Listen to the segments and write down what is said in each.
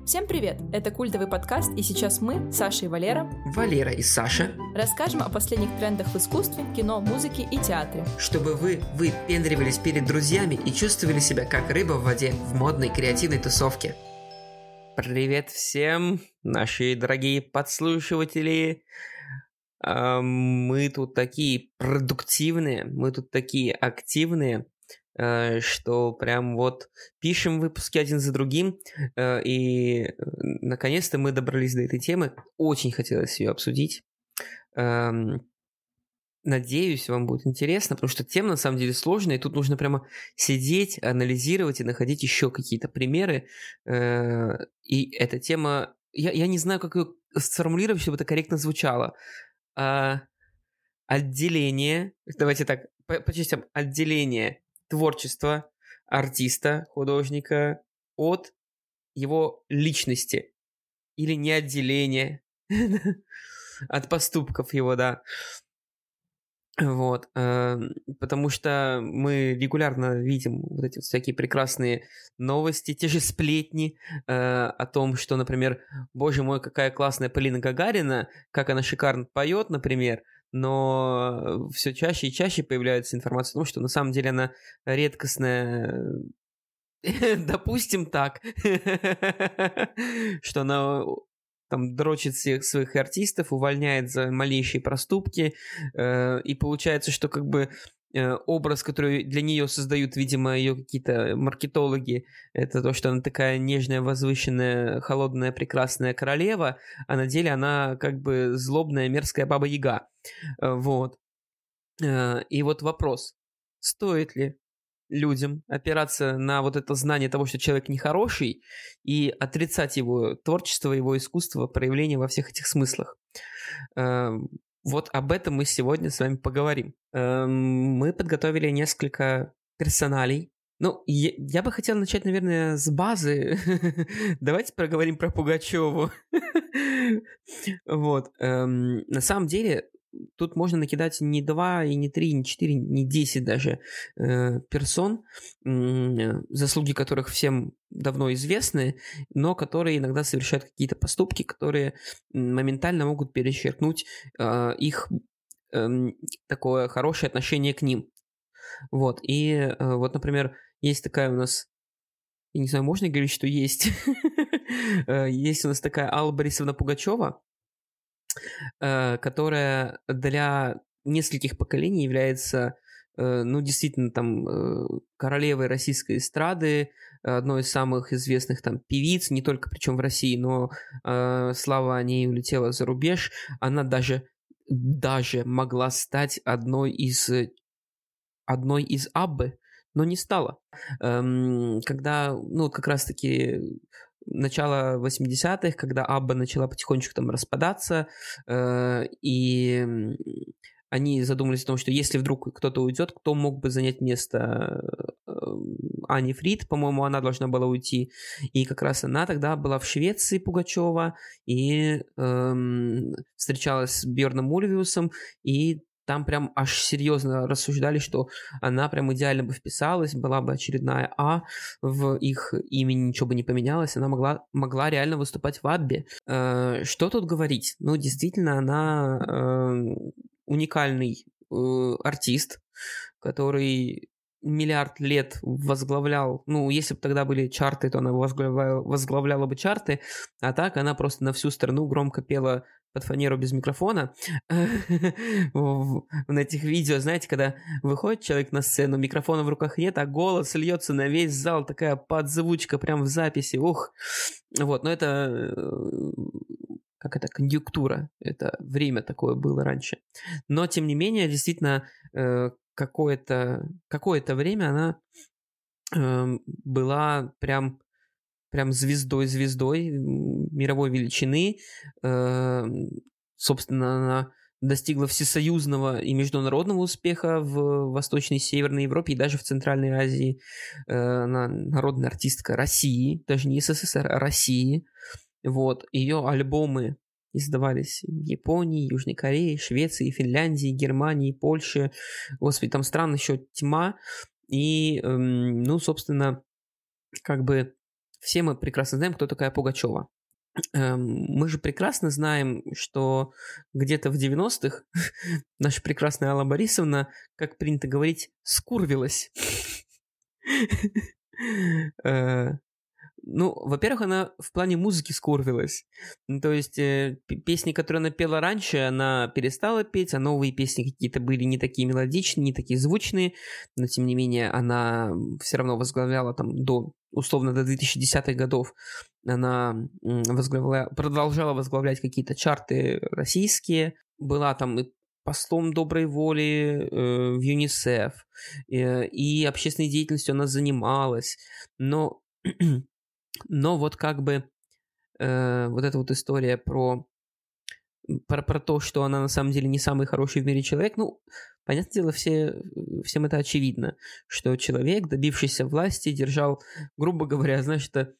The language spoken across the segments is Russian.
Всем привет! Это культовый подкаст, и сейчас мы, Саша и Валера, Валера и Саша, расскажем о последних трендах в искусстве, кино, музыке и театре. Чтобы вы выпендривались перед друзьями и чувствовали себя как рыба в воде в модной креативной тусовке. Привет всем, наши дорогие подслушиватели. Мы тут такие продуктивные, мы тут такие активные, что прям вот пишем выпуски один за другим, и наконец-то мы добрались до этой темы. Очень хотелось ее обсудить. Надеюсь, вам будет интересно, потому что тема на самом деле сложная, и тут нужно прямо сидеть, анализировать и находить еще какие-то примеры. И эта тема... Я не знаю, как ее сформулировать, чтобы это корректно звучало. Отделение... Давайте так, по частям. Отделение творчества артиста, художника от его личности. Или не отделение от поступков его, да. Вот, потому что мы регулярно видим вот эти вот всякие прекрасные новости, те же сплетни о том, что, например, боже мой, какая классная Полина Гагарина, как она шикарно поет, например, но все чаще и чаще появляется информация о том, что на самом деле она редкостная, допустим так, что она... там дрочит всех своих артистов, увольняет за малейшие проступки, и получается, что как бы образ, который для нее создают, видимо, ее какие-то маркетологи, это то, что она такая нежная, возвышенная, холодная, прекрасная королева, а на деле она как бы злобная, мерзкая баба-яга. Вот. И вот вопрос, стоит ли людям опираться на вот это знание того, что человек нехороший, и отрицать его творчество, его искусство, проявление во всех этих смыслах. Вот об этом мы сегодня с вами поговорим. Мы подготовили несколько персоналей. Ну, я бы хотел начать, наверное, с базы. Давайте проговорим про Пугачеву. Вот. На самом деле... Тут можно накидать не 2, и не 3, и не 4, не 10 даже персон, заслуги которых всем давно известны, но которые иногда совершают какие-то поступки, которые моментально могут перечеркнуть их такое хорошее отношение к ним. Вот. И вот, например, есть такая у нас... Я не знаю, можно говорить, что есть? Есть у нас такая Алла Борисовна Пугачева, которая для нескольких поколений является, ну, действительно, там, королевой российской эстрады, одной из самых известных там певиц, не только причем в России, но слава о ней улетела за рубеж. Она даже могла стать одной из Аббы, но не стала. Когда, ну, как раз-таки... начало 80-х, когда Абба начала потихонечку там распадаться, и они задумались о том, что если вдруг кто-то уйдет, кто мог бы занять место Ани Фрид, по-моему, она должна была уйти, и как раз она тогда была в Швеции, Пугачева, и встречалась с Бьорном Ульвиусом, и там прям аж серьезно рассуждали, что она прям идеально бы вписалась, была бы очередная А в их имени, ничего бы не поменялось, она могла реально выступать в Аббе. Что тут говорить? Ну, действительно, она уникальный артист, который миллиард лет возглавлял, ну, если бы тогда были чарты, то она возглавляла бы чарты, а так она просто на всю страну громко пела под фанеру без микрофона. На этих видео, знаете, когда выходит человек на сцену, микрофона в руках нет, а голос льется на весь зал, такая подзвучка прям в записи, ух. Вот, но это... как это, конъюнктура, это время такое было раньше. Но, тем не менее, действительно, какое-то время она была прям звездой мировой величины. Собственно, она достигла всесоюзного и международного успеха в Восточной и Северной Европе и даже в Центральной Азии. Она народная артистка России, даже не СССР, а России. Вот. Ее альбомы издавались в Японии, Южной Корее, Швеции, Финляндии, Германии, Польше. Господи, там стран еще тьма. И, ну, собственно, как бы все мы прекрасно знаем, кто такая Пугачева. Мы же прекрасно знаем, что где-то в 90-х наша прекрасная Алла Борисовна, как принято говорить, скурвилась. Ну, во-первых, она в плане музыки скурвилась. Ну, то есть песни, которые она пела раньше, она перестала петь, а новые песни какие-то были не такие мелодичные, не такие звучные, но тем не менее она все равно возглавляла там условно до 2010-х годов. Она продолжала возглавлять какие-то чарты российские, была там и послом доброй воли в ЮНИСЕФ, и общественной деятельностью она занималась, но вот как бы вот эта вот история про то, что она на самом деле не самый хороший в мире человек, ну, понятное дело, всем это очевидно, что человек, добившийся власти, держал, грубо говоря, знаешь, это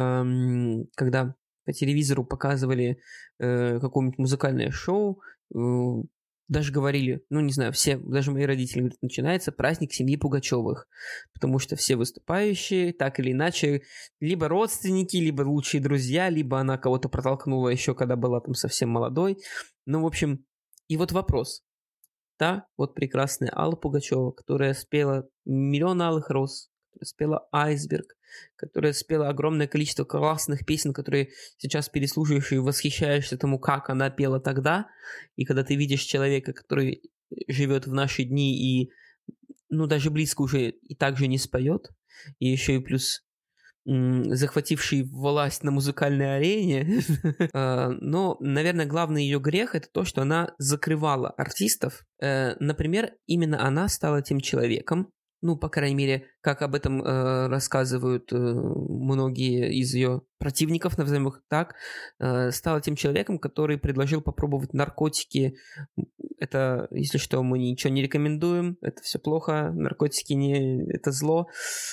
когда по телевизору показывали какое-нибудь музыкальное шоу, даже говорили, ну, не знаю, все, даже мои родители говорят, начинается праздник семьи Пугачевых, потому что все выступающие, так или иначе, либо родственники, либо лучшие друзья, либо она кого-то протолкнула еще, когда была там совсем молодой. Ну, в общем, и вот вопрос. Та вот прекрасная Алла Пугачева, которая спела «Миллион алых роз», которая спела «Айсберг», которая спела огромное количество классных песен, которые сейчас переслушиваешь и восхищаешься тому, как она пела тогда. И когда ты видишь человека, который живет в наши дни и, ну, даже близко уже и так же не споет, и еще и плюс захвативший власть на музыкальной арене. Но, наверное, главный ее грех — это то, что она закрывала артистов. Например, именно она стала тем человеком, ну, по крайней мере, как об этом рассказывают многие из ее противников, назовем их так, стала тем человеком, который предложил попробовать наркотики. Это, если что, мы ничего не рекомендуем, это все плохо, наркотики это зло.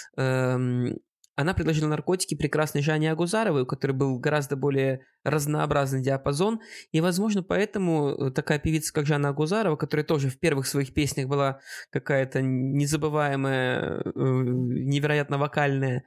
Она предложила наркотики прекрасной Жанне Агузаровой, у которой был гораздо более разнообразный диапазон, и, возможно, поэтому такая певица, как Жанна Агузарова, которая тоже в первых своих песнях была какая-то незабываемая, невероятно вокальная,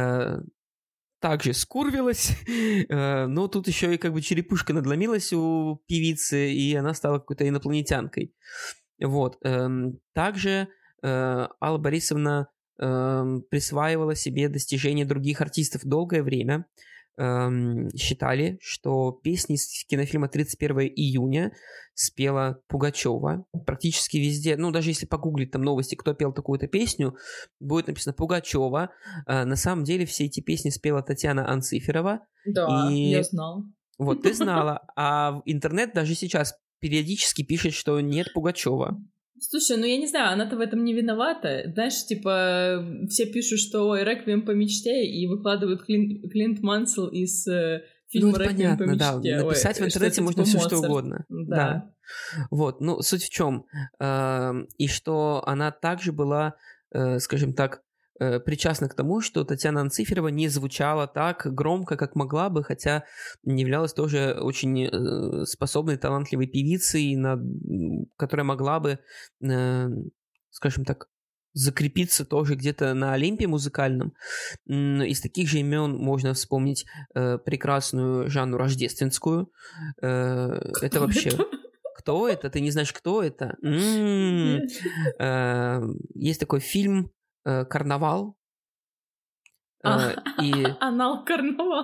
также скурвилась, но тут еще и как бы черепушка надломилась у певицы, и она стала какой-то инопланетянкой. Вот. Также Алла Борисовна присваивала себе достижения других артистов долгое время. Считали, что песни из кинофильма «31 июня» спела Пугачева практически везде. Ну, даже если погуглить там новости, кто пел такую-то песню, будет написано Пугачева. На самом деле все эти песни спела Татьяна Анциферова. Да, я знала. Вот, ты знала. А интернет даже сейчас периодически пишет, что нет Пугачева. Слушай, ну я не знаю, она-то в этом не виновата. Знаешь, типа, все пишут, что ой, «Реквием по мечте», и выкладывают Клинт Мансел из фильма «Реквием по мечте». Да. Написать в интернете можно все, что угодно. Да. Вот, ну, суть в чем? И что она также была, скажем так, причастна к тому, что Татьяна Анциферова не звучала так громко, как могла бы, хотя являлась тоже очень способной, талантливой певицей, которая могла бы, скажем так, закрепиться тоже где-то на Олимпе музыкальном. Из таких же имен можно вспомнить прекрасную Жанну Рождественскую. Это вообще... Кто это? Ты не знаешь, кто это? Есть такой фильм «Карнавал». Анал-карнавал.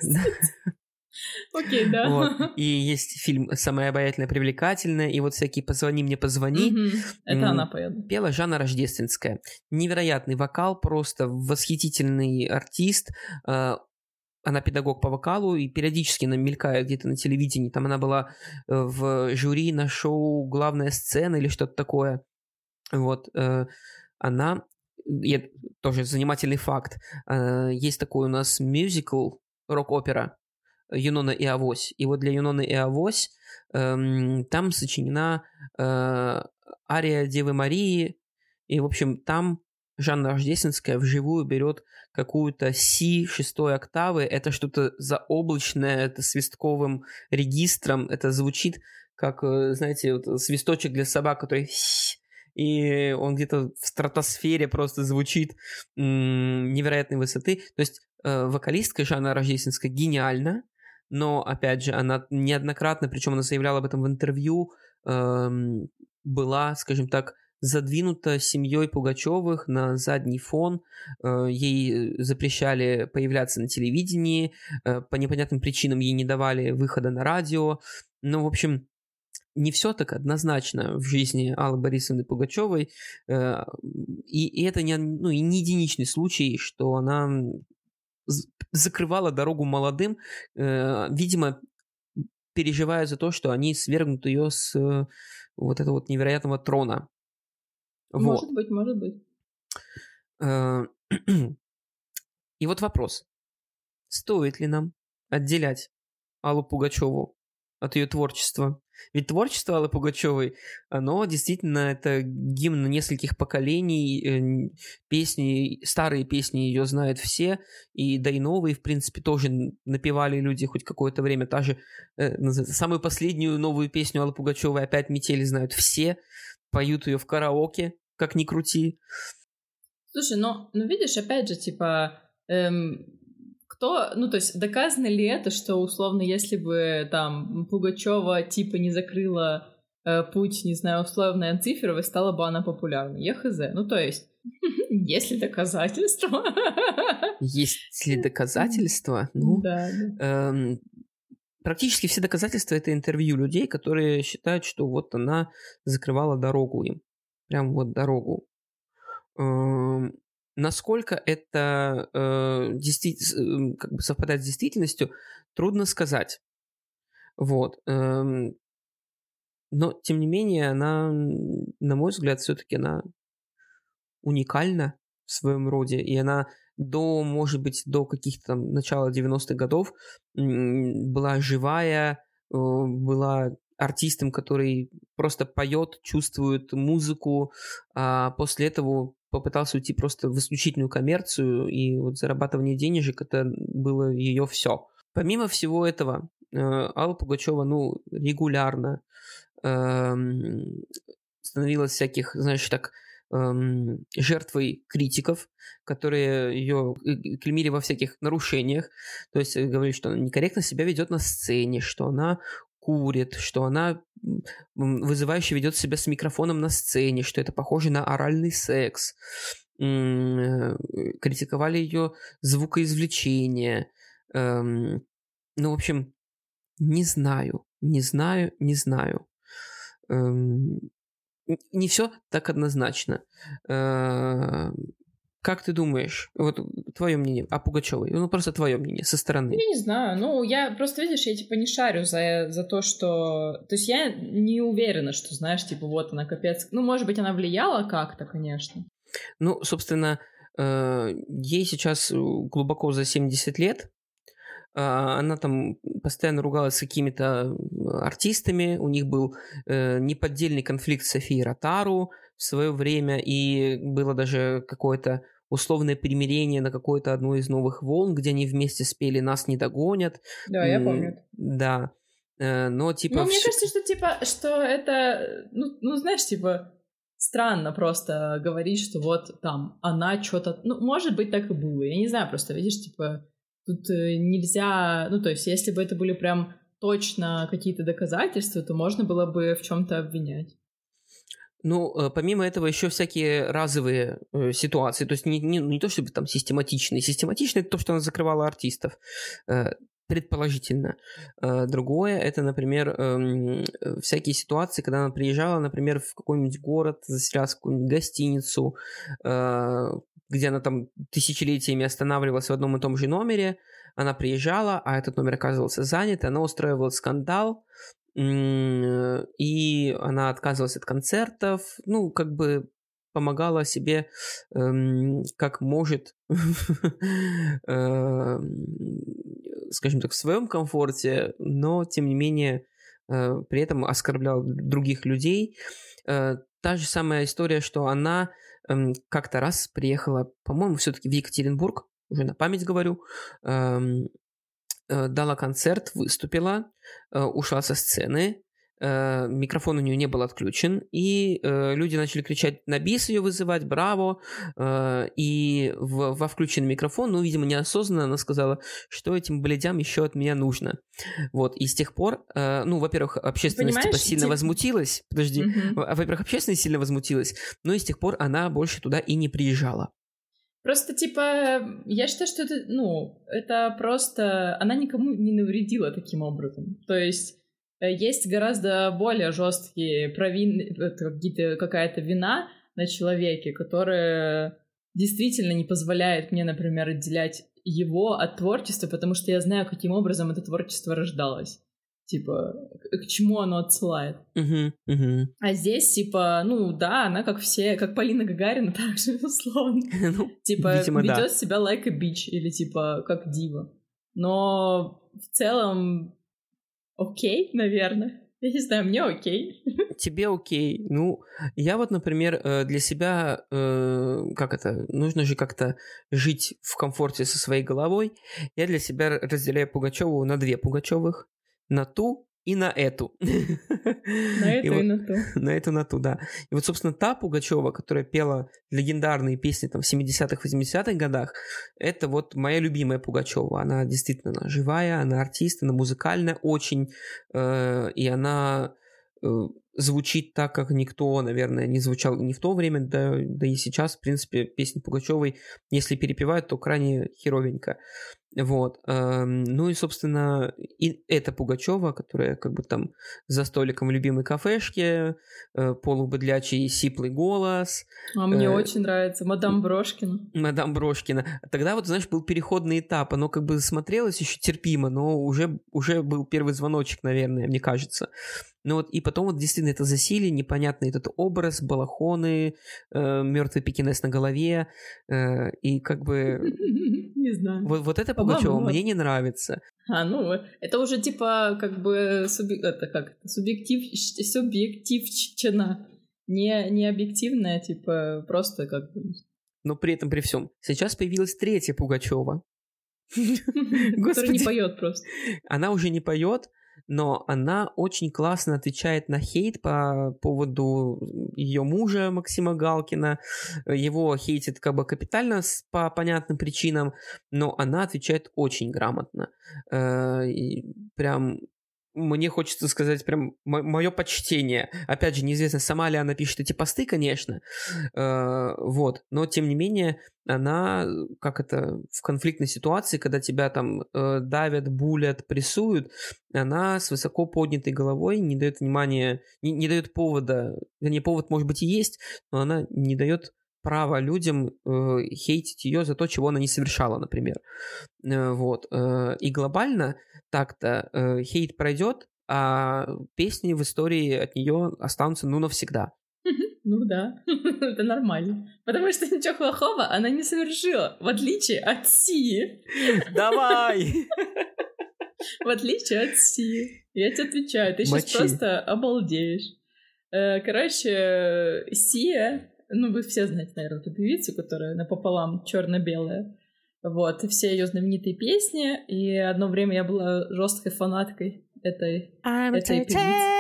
Окей, да. Вот. И есть фильм «Самая обаятельная, привлекательная», и вот всякие «Позвони мне, позвони». Это она поет. Пела Жанна Рождественская. Невероятный вокал, просто восхитительный артист. Она педагог по вокалу и периодически она мелькает где-то на телевидении. Там она была в жюри на шоу «Главная сцена» или что-то такое. Вот. Она... Тоже занимательный факт. Есть такой у нас мюзикл, рок-опера «Юнона и Авось». И вот для «Юноны и Авось» там сочинена ария Девы Марии. И, в общем, там Жанна Рождественская вживую берет какую-то си 6-й октавы. Это что-то заоблачное, это свистковым регистром. Это звучит как, знаете, вот свисточек для собак, который... и он где-то в стратосфере просто звучит невероятной высоты. То есть вокалистка Жанна Рождественская гениальна, но, опять же, она неоднократно, причем она заявляла об этом в интервью, была, скажем так, задвинута семьей Пугачевых на задний фон, ей запрещали появляться на телевидении, по непонятным причинам ей не давали выхода на радио. Ну, в общем, не все так однозначно в жизни Аллы Борисовны Пугачевой, и это не единичный случай, что она закрывала дорогу молодым, видимо, переживая за то, что они свергнут ее с вот этого вот невероятного трона. Может быть. И вот вопрос. Стоит ли нам отделять Аллу Пугачеву от ее творчества? Ведь творчество Аллы Пугачевой, оно действительно это гимн нескольких поколений, песни, старые песни ее знают все, и да и новые, в принципе, тоже напевали люди хоть какое-то время. Та же самую последнюю новую песню Аллы Пугачевой «Опять метели» знают все, поют ее в караоке, как ни крути. Слушай, ну видишь, опять же, типа... то есть доказано ли это, что условно, если бы там Пугачева типа не закрыла путь, не знаю, условной Анциферовой, стала бы она популярной? Я хз. Ну, то есть, есть ли доказательства? Есть ли доказательства? Ну, да. Практически все доказательства — это интервью людей, которые считают, что вот она закрывала дорогу им. Прям вот дорогу. Насколько это действительно как бы совпадает с действительностью, трудно сказать. Вот. Но, тем не менее, она, на мой взгляд, все-таки она уникальна в своем роде. И она может быть, до каких-то там начала 90-х годов была живая, была артистом, который просто поет, чувствует музыку, а после этого попытался уйти просто в исключительную коммерцию, и вот зарабатывание денежек — это было ее все. Помимо всего этого, Алла Пугачева, регулярно становилась всяких, знаешь, так, жертвой критиков, которые ее клеймили во всяких нарушениях, то есть говорили, что она некорректно себя ведет на сцене, что она курит, что она вызывающе ведет себя с микрофоном на сцене, что это похоже на оральный секс. Критиковали ее звукоизвлечение. В общем, не знаю. Не все так однозначно. Как ты думаешь, вот твое мнение о Пугачевой? Просто твое мнение со стороны. Я не знаю. Я просто, видишь, я типа не шарю за то, что... То есть я не уверена, что, знаешь, типа вот она капец... может быть, она влияла как-то, конечно. Собственно, ей сейчас глубоко за 70 лет. Она там постоянно ругалась с какими-то артистами, у них был неподдельный конфликт с Софией Ротару в свое время, и было даже какое-то условное примирение на какой-то одной из новых волн, где они вместе спели «Нас не догонят». Да, я помню. Да. Но типа... мне кажется, что это, знаешь, типа... Странно просто говорить, что вот там она что-то... может быть, так и было. Я не знаю, просто, видишь, типа... Тут нельзя... то есть, если бы это были прям точно какие-то доказательства, то можно было бы в чем-то обвинять. Помимо этого еще всякие разовые ситуации. То есть, не то, чтобы там систематичные. Систематичные — это то, что она закрывала артистов. Предположительно. Другое — это, например, всякие ситуации, когда она приезжала, например, в какой-нибудь город, заселялась в какую-нибудь гостиницу, где она там тысячелетиями останавливалась в одном и том же номере. Она приезжала, а этот номер оказывался занят, и она устраивала скандал, и она отказывалась от концертов, как бы помогала себе как может, скажем так, в своем комфорте, но, тем не менее, при этом оскорбляла других людей. Та же самая история, что она как-то раз приехала, по-моему, все-таки в Екатеринбург, уже на память говорю, дала концерт, выступила, ушла со сцены, микрофон у нее не был отключен, и люди начали кричать на бис ее вызывать, браво, и во включенный микрофон, ну, видимо, неосознанно она сказала, что этим блядям еще от меня нужно. Вот, и с тех пор, ну, во-первых, общественность типа сильно возмутилась, подожди, во-первых, общественность сильно возмутилась, но и с тех пор она больше туда и не приезжала. Просто, типа, я считаю, что это, ну, это просто... Она никому не навредила таким образом. То есть есть гораздо более жесткие какая-то вина на человеке, которая действительно не позволяет мне, например, отделять его от творчества, потому что я знаю, каким образом это творчество рождалось. Типа, к чему оно отсылает. А здесь, типа, ну да, она как все, как Полина Гагарина, так же, условно. Типа, ведет себя like a bitch, или типа, как дива. Но в целом, окей, наверное. Я не знаю, мне окей. Тебе окей. Ну, я вот, например, для себя, нужно же как-то жить в комфорте со своей головой. Я для себя разделяю Пугачеву на две Пугачевых. На ту и на эту. На эту и на ту. На эту, на ту, да. И вот, собственно, та Пугачева, которая пела легендарные песни там в 70-х, 80-х годах, это вот моя любимая Пугачева. Она действительно живая, она артист, она музыкальная очень, и она звучит так, как никто, наверное, не звучал ни в то время, да и сейчас, в принципе, песни Пугачевой, если перепевают, то крайне херовенько. Вот. Ну и, собственно, и эта Пугачева, которая как бы там за столиком в любимой кафешке, полубыдлячий сиплый голос. А мне очень нравится мадам Брошкина. Мадам Брошкина. Тогда вот, знаешь, был переходный этап. Оно как бы смотрелось еще терпимо, но уже был первый звоночек, наверное, мне кажется. Ну вот, и потом вот действительно это засилие, непонятный этот образ, балахоны, мертвый пекинес на голове, и как бы... Не знаю. Вот это Пугачева мне не нравится. Ну, это уже типа как бы субъективчина. Не объективная, типа просто как бы... Но при этом, при всем, сейчас появилась третья Пугачева. Которая не поет просто. Она уже не поет, но она очень классно отвечает на хейт по поводу ее мужа Максима Галкина. Его хейтит как бы капитально по понятным причинам, но она отвечает очень грамотно. И прям... Мне хочется сказать прям мое почтение. Опять же, неизвестно, сама ли она пишет эти посты, конечно. Вот. Но, тем не менее, она, в конфликтной ситуации, когда тебя там давят, булят, прессуют, она с высоко поднятой головой не дает внимания, не дает повода, вернее, повод, может быть, и есть, но она не дает права людям хейтить ее за то, чего она не совершала, например. Вот. И глобально так-то хейт пройдет, а песни в истории от нее останутся, ну, навсегда. Ну да, это нормально. Потому что ничего плохого она не совершила, в отличие от Сии. Давай! В отличие от Сии. Я тебе отвечаю, ты сейчас просто обалдеешь. Короче, Сия... Ну, вы все знаете, наверное, эту певицу, которая напополам черно-белая. Вот, все ее знаменитые песни. И одно время я была жесткой фанаткой этой певицы.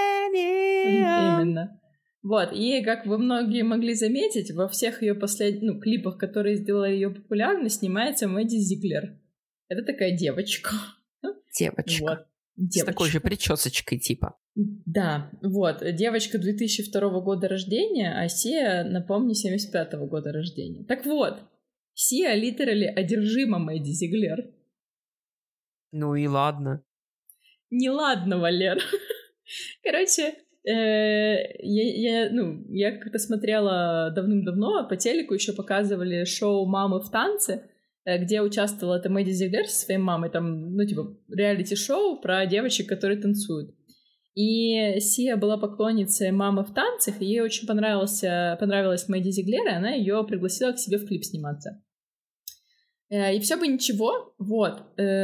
Именно. Вот, и как вы многие могли заметить, во всех ее последних клипах, которые сделали ее популярной, снимается Мэдди Зиглер. Это такая девочка. Девочка. Вот. С такой же причесочкой, типа. Да, вот. Девочка 2002 года рождения, а Сия, напомню, 75 года рождения. Так вот, Сия литерали одержима Мэдди Зиглер. Ну и ладно. Не ладно, Валер. Короче, я как-то смотрела давным-давно, по телеку еще показывали шоу «Мамы в танце», где участвовала эта Мэдди Зиглер со своей мамой, там, реалити-шоу про девочек, которые танцуют. И Сия была поклонницей «Мамы в танцах», и ей очень понравилась Мэдди Зиглер, и она ее пригласила к себе в клип сниматься. И все бы ничего, вот.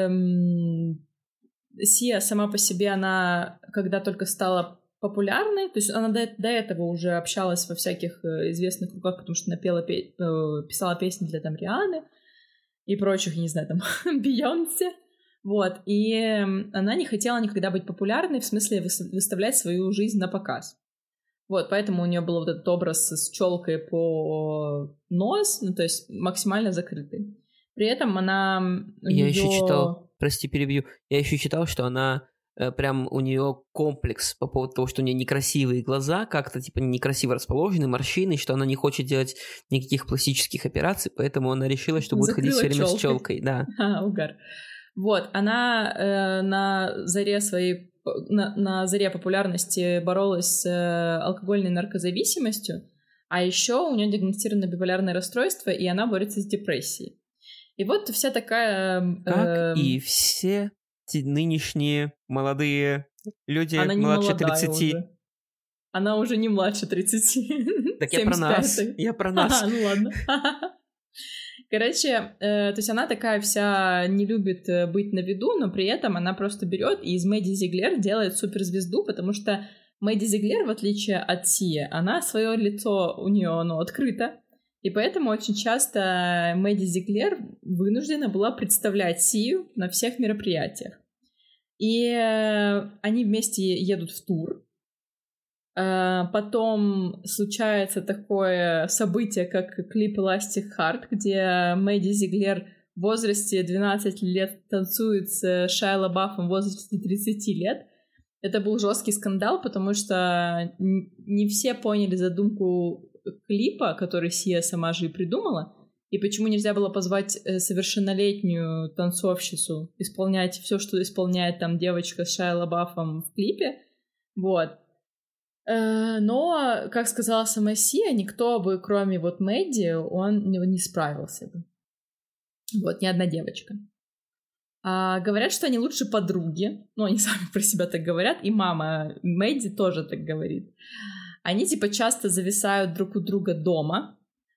Сия сама по себе, она, когда только стала популярной, то есть она до этого уже общалась во всяких известных кругах, потому что она писала песни для там Рианы и прочих, не знаю, там, Бейонсе. Вот, и она не хотела никогда быть популярной, в смысле выставлять свою жизнь на показ. Вот, поэтому у нее был вот этот образ с челкой по нос, ну, то есть максимально закрытый. При этом она... Еще читал, прости, перебью, я еще читал, что она прям у нее комплекс по поводу того, что у нее некрасивые глаза, как-то типа некрасиво расположены, морщины, что она не хочет делать никаких пластических операций, поэтому она решила, что будет ходить все время с челкой. Да. Угар. Вот, она на заре своей, на заре популярности боролась с алкогольной наркозависимостью, а еще у нее диагностировано биполярное расстройство, и она борется с депрессией. И вот вся такая... Как и все нынешние молодые люди она младше 30. Уже. Она уже не младше 30. Так я про нас. Я про нас. Ну ладно. Короче, то есть она такая вся не любит быть на виду, но при этом она просто берет и из Мэдди Зиглер делает суперзвезду, потому что Мэдди Зиглер, в отличие от Сии, она свое лицо, у нее оно открыто, и поэтому очень часто Мэдди Зиглер вынуждена была представлять Сию на всех мероприятиях. И они вместе едут в тур. Потом случается такое событие, как клип Elastic Heart, где Мэдди Зиглер в возрасте 12 лет танцует с Шайа Лабафом в возрасте 30 лет. Это был жесткий скандал, потому что не все поняли задумку клипа, который Сия сама же и придумала, и почему нельзя было позвать совершеннолетнюю танцовщицу исполнять все, что исполняет там девочка с Шайа Лабафом в клипе. Вот. Но, как сказала сама Сия, никто бы, кроме вот Мэдди, он не справился бы. Вот, ни одна девочка. Говорят, что они лучше подруги. Ну, они сами про себя так говорят. И мама Мэдди тоже так говорит. Они, типа, часто зависают друг у друга дома.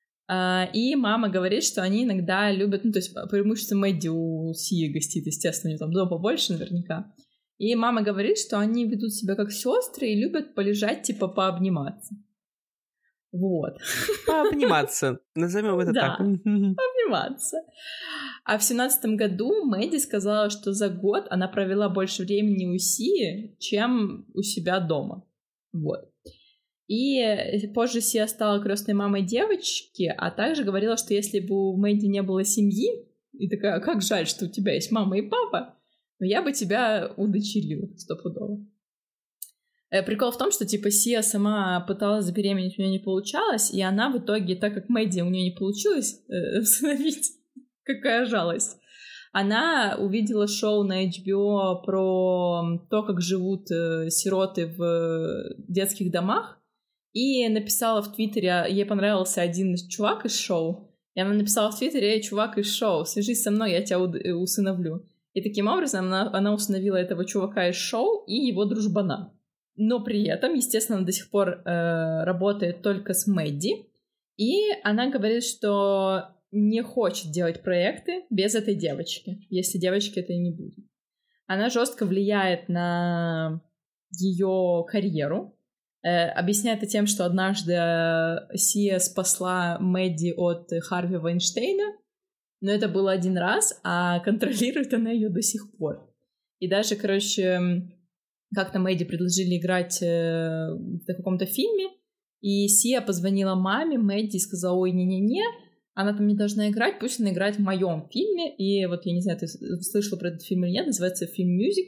И мама говорит, что они иногда любят... Ну, то есть, преимущество Мэдди у Сии гостит, естественно, у нее там дома побольше наверняка. И мама говорит, что они ведут себя как сестры и любят полежать, типа, пообниматься. Вот. Пообниматься. Назовем это так. Пообниматься. А в 2017 году Мэдди сказала, что за год она провела больше времени у Сии, чем у себя дома. Вот. И позже Сия стала крестной мамой девочки, а также говорила, что если бы у Мэдди не было семьи, и такая, как жаль, что у тебя есть мама и папа, но я бы тебя удочерила стопудово. Прикол в том, что, типа, Сия сама пыталась забеременеть, у нее не получалось, и она в итоге, так как Мэдди у нее не получилось всыновить, какая жалость, она увидела шоу на HBO про то, как живут сироты в детских домах, и написала в Твиттере, ей понравился один чувак из шоу, и она написала в Твиттере: «Эй, чувак из шоу, свяжись со мной, я тебя усыновлю». И таким образом она усыновила этого чувака из шоу и его дружбана. Но при этом, естественно, она до сих пор работает только с Мэдди. И она говорит, что не хочет делать проекты без этой девочки, если девочки это не будет. Она жестко влияет на ее карьеру. Объясняет это тем, что однажды Сия спасла Мэдди от Харви Вайнштейна, но это было один раз, а контролирует она ее до сих пор. И даже, короче, как-то Мэдди предложили играть в каком-то фильме, и Сия позвонила маме Мэдди и сказала: ой, не-не-не, она там не должна играть, пусть она играет в моем фильме. И вот, я не знаю, ты слышала про этот фильм или нет, называется фильм «Мюзик»,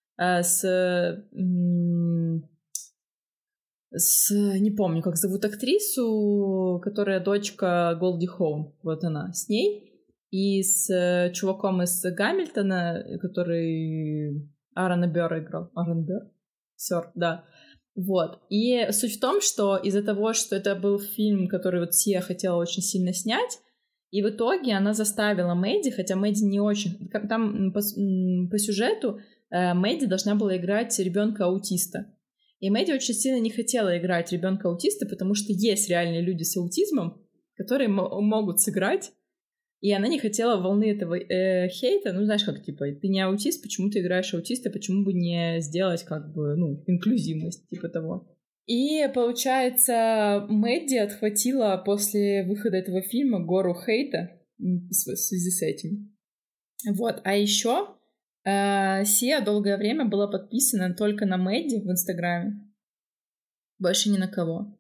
не помню, как зовут актрису, которая дочка Голди Хоун, вот она, с ней. И с чуваком из Гамильтона, который Аарона Бёрра играл. Аарон Бёрр? Сёр, да. Вот. И суть в том, что из-за того, что это был фильм, который вот Сия хотела очень сильно снять, и в итоге она заставила Мэдди, хотя Мэдди не очень... Там по сюжету Мэдди должна была играть ребенка-аутиста. И Мэдди очень сильно не хотела играть ребенка-аутиста, потому что есть реальные люди с аутизмом, которые могут сыграть. И она не хотела волны этого хейта. Ну, знаешь, как, типа, ты не аутист, почему ты играешь аутиста, почему бы не сделать, как бы, ну, инклюзивность, типа того. И, получается, Мэдди отхватила после выхода этого фильма гору хейта в связи с этим. Вот. А еще Сия долгое время была подписана только на Мэдди в Инстаграме. Больше ни на кого.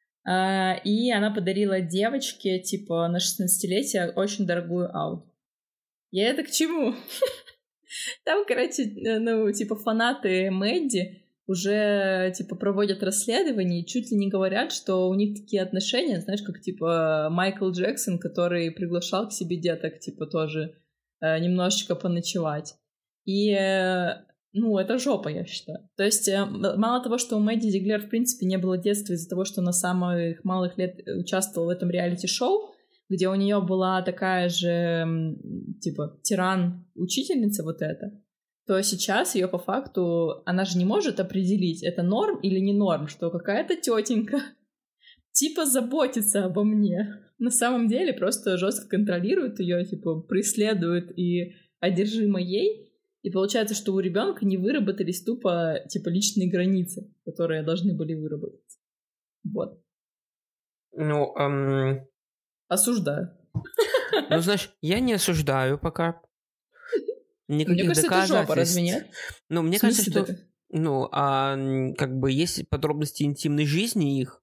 И она подарила девочке, типа, на 16-летие очень дорогую Ауди. Я это к чему? Там, короче, ну, типа, фанаты Мэдди уже, типа, проводят расследование и чуть ли не говорят, что у них такие отношения, знаешь, как, типа, Майкл Джексон, который приглашал к себе деток, типа, тоже немножечко поночевать. И, ну, это жопа, я считаю. То есть, мало того, что у Мэдди Зиглер, в принципе, не было детства из-за того, что она с самых малых лет участвовала в этом реалити-шоу, где у нее была такая же, типа, тиран-учительница вот эта, то сейчас ее по факту, она же не может определить, это норм или не норм, что какая-то тетенька типа заботится обо мне. На самом деле просто жестко контролирует ее, типа преследует и одержима ей. И получается, что у ребенка не выработались тупо типа личные границы, которые должны были выработаться. Вот. Ну, осуждаю. Ну, знаешь, я не осуждаю пока. Никаких мне кажется, это жопа, разве нет? Ну, мне кажется, что... Ну, как бы есть подробности интимной жизни их.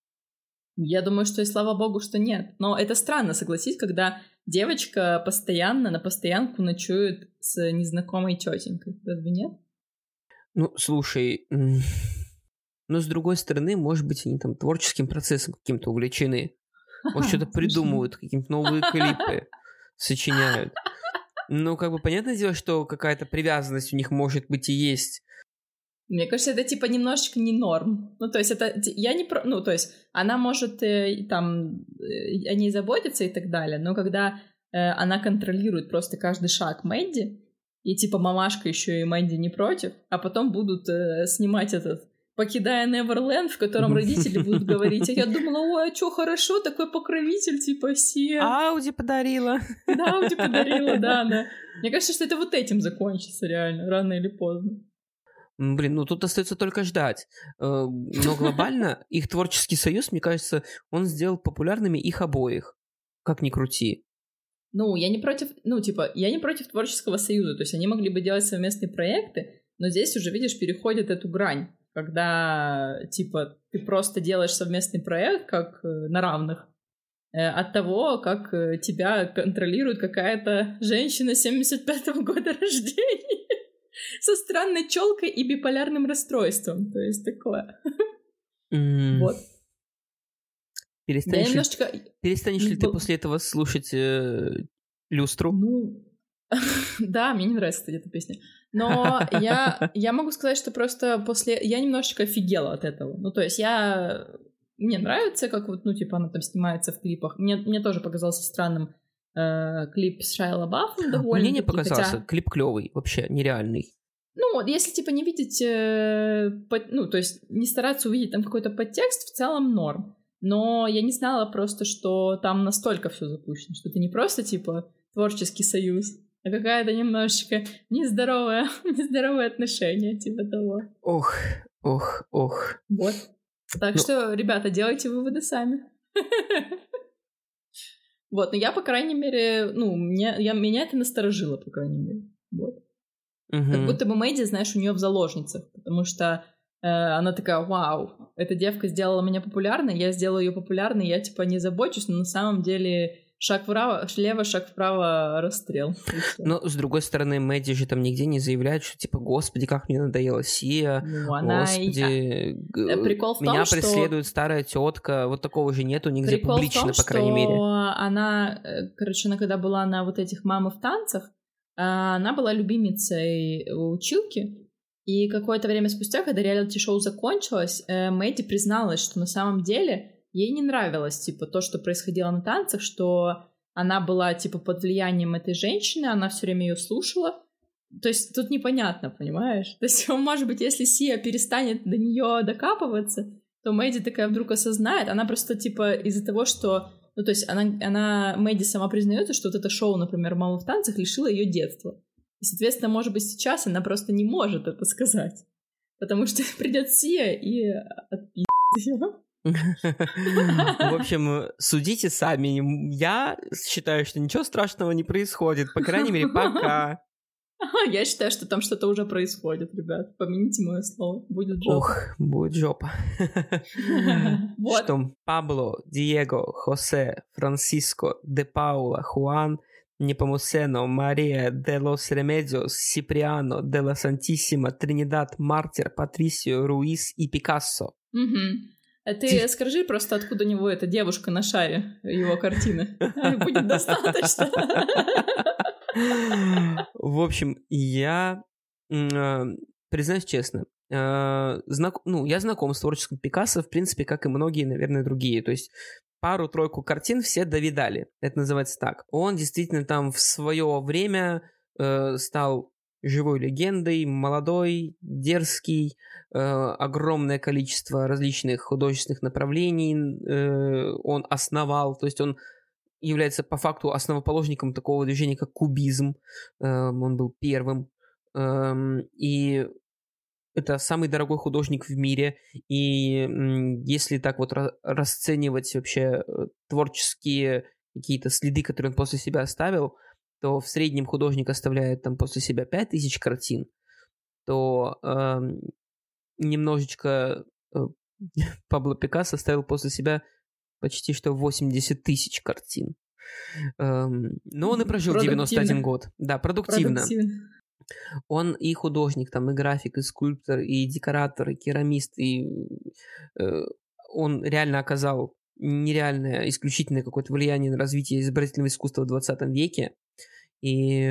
Я думаю, что и слава богу, что нет. Но это странно, согласись, когда девочка постоянно на постоянку ночует с незнакомой тетенькой. Разве нет? Ну, слушай... Но, с другой стороны, может быть, они там творческим процессом каким-то увлечены. Может, что-то придумывают, какие-то новые клипы сочиняют. Ну, как бы понятное дело, что какая-то привязанность у них может быть и есть. Мне кажется, это типа немножечко не норм. Ну, то есть это... Я не про... Ну, то есть она может там о ней заботиться и так далее, но когда она контролирует просто каждый шаг Мэдди, и типа мамашка еще и Мэдди не против, а потом будут снимать этот «Покидая Неверленд», в котором родители будут говорить, а я думала, ой, а что, хорошо, такой покровитель, типа, Сия. Ауди подарила. Да, Ауди подарила, да. Мне кажется, что это вот этим закончится реально, рано или поздно. Блин, ну тут остается только ждать. Но глобально их творческий союз, мне кажется, он сделал популярными их обоих. Как ни крути. Ну, я не против творческого союза. То есть они могли бы делать совместные проекты, но здесь уже, видишь, переходит эту грань. Когда, типа, ты просто делаешь совместный проект, как на равных, от того, как тебя контролирует какая-то женщина 75-го года рождения со странной челкой и биполярным расстройством. То есть такое. Вот. Перестанешь ли ты после этого слушать люстру? Ну, да, мне не нравится, кстати, эта песня. Но я могу сказать, что просто я немножечко офигела от этого. Ну, то есть мне нравится, как вот, ну, типа, она там снимается в клипах. Мне тоже показался странным клип с Шайа Лабафом довольно. Мне не показался. Клип клевый, вообще нереальный. Ну, вот, если, типа, не видеть, ну, то есть не стараться увидеть там какой-то подтекст, в целом норм. Но я не знала просто, что там настолько все запущено, что это не просто, типа, творческий союз, а какая-то немножечко нездоровое отношение, типа того. Ох. Вот. Так что, ребята, делайте выводы сами. Вот, но я, по крайней мере, ну, меня это насторожило, по крайней мере. Вот. Как будто бы Мэдди, знаешь, у нее в заложницах, потому что она такая, вау, эта девка сделала меня популярной, я сделала ее популярной, я, типа, не забочусь, но на самом деле шаг влево, шаг вправо, расстрел. Но, с другой стороны, Мэдди же там нигде не заявляет, что, типа, господи, как мне надоела Сия, господи, прикол в том, меня преследует старая тетка, вот такого же нету нигде прикол публично, в том, по крайней мере. Она, короче, когда была на вот этих «Мамы в танцах», она была любимицей училки, и какое-то время спустя, когда реалити-шоу закончилось, Мэдди призналась, что на самом деле ей не нравилось, типа, то, что происходило на танцах, что она была, типа, под влиянием этой женщины, она все время ее слушала. То есть тут непонятно, понимаешь? То есть, может быть, если Сия перестанет до нее докапываться, то Мэдди такая вдруг осознает, она просто, типа, из-за того, что... Ну, то есть Мэдди сама признается, что вот это шоу, например, «Мама в танцах» лишило ее детства. И, соответственно, может быть, сейчас она просто не может это сказать. Потому что придет Сия и отпи***т ее. В общем, судите сами. Я считаю, что ничего страшного не происходит. По крайней мере, пока. Я считаю, что там что-то уже происходит, ребят. Помяните мое слово. Будет жопа. Ох, будет жопа. Вот. Что Пабло, Диего, Хосе, Франциско, Де Паула, Хуан, Непомусено, Мария, Де Лос Ремедиос, Сиприано, Де Ла Сантиссима, Тринидад, Мартир, Патрисио, Руис и Пикассо. Ты скажи просто, откуда у него эта девушка на шаре, его картины. Будет достаточно. В общем, я, признаюсь честно, я знаком с творчеством Пикассо, в принципе, как и многие, наверное, другие. То есть пару-тройку картин все довидали. Это называется так. Он действительно там в свое время стал живой легендой, молодой, дерзкий, огромное количество различных художественных направлений он основал. То есть он является по факту основоположником такого движения, как кубизм. Он был первым. И это самый дорогой художник в мире. И если так вот расценивать вообще творческие какие-то следы, которые он после себя оставил, то в среднем художник оставляет там после себя 5000 картин, то немножечко Пабло Пикассо оставил после себя почти что 80 000 картин. Но он и прожил 91 год. Да, продуктивно. Он и художник, там, и график, и скульптор, и декоратор, и керамист, и он реально оказал нереальное, исключительное какое-то влияние на развитие изобразительного искусства в 20 веке. И,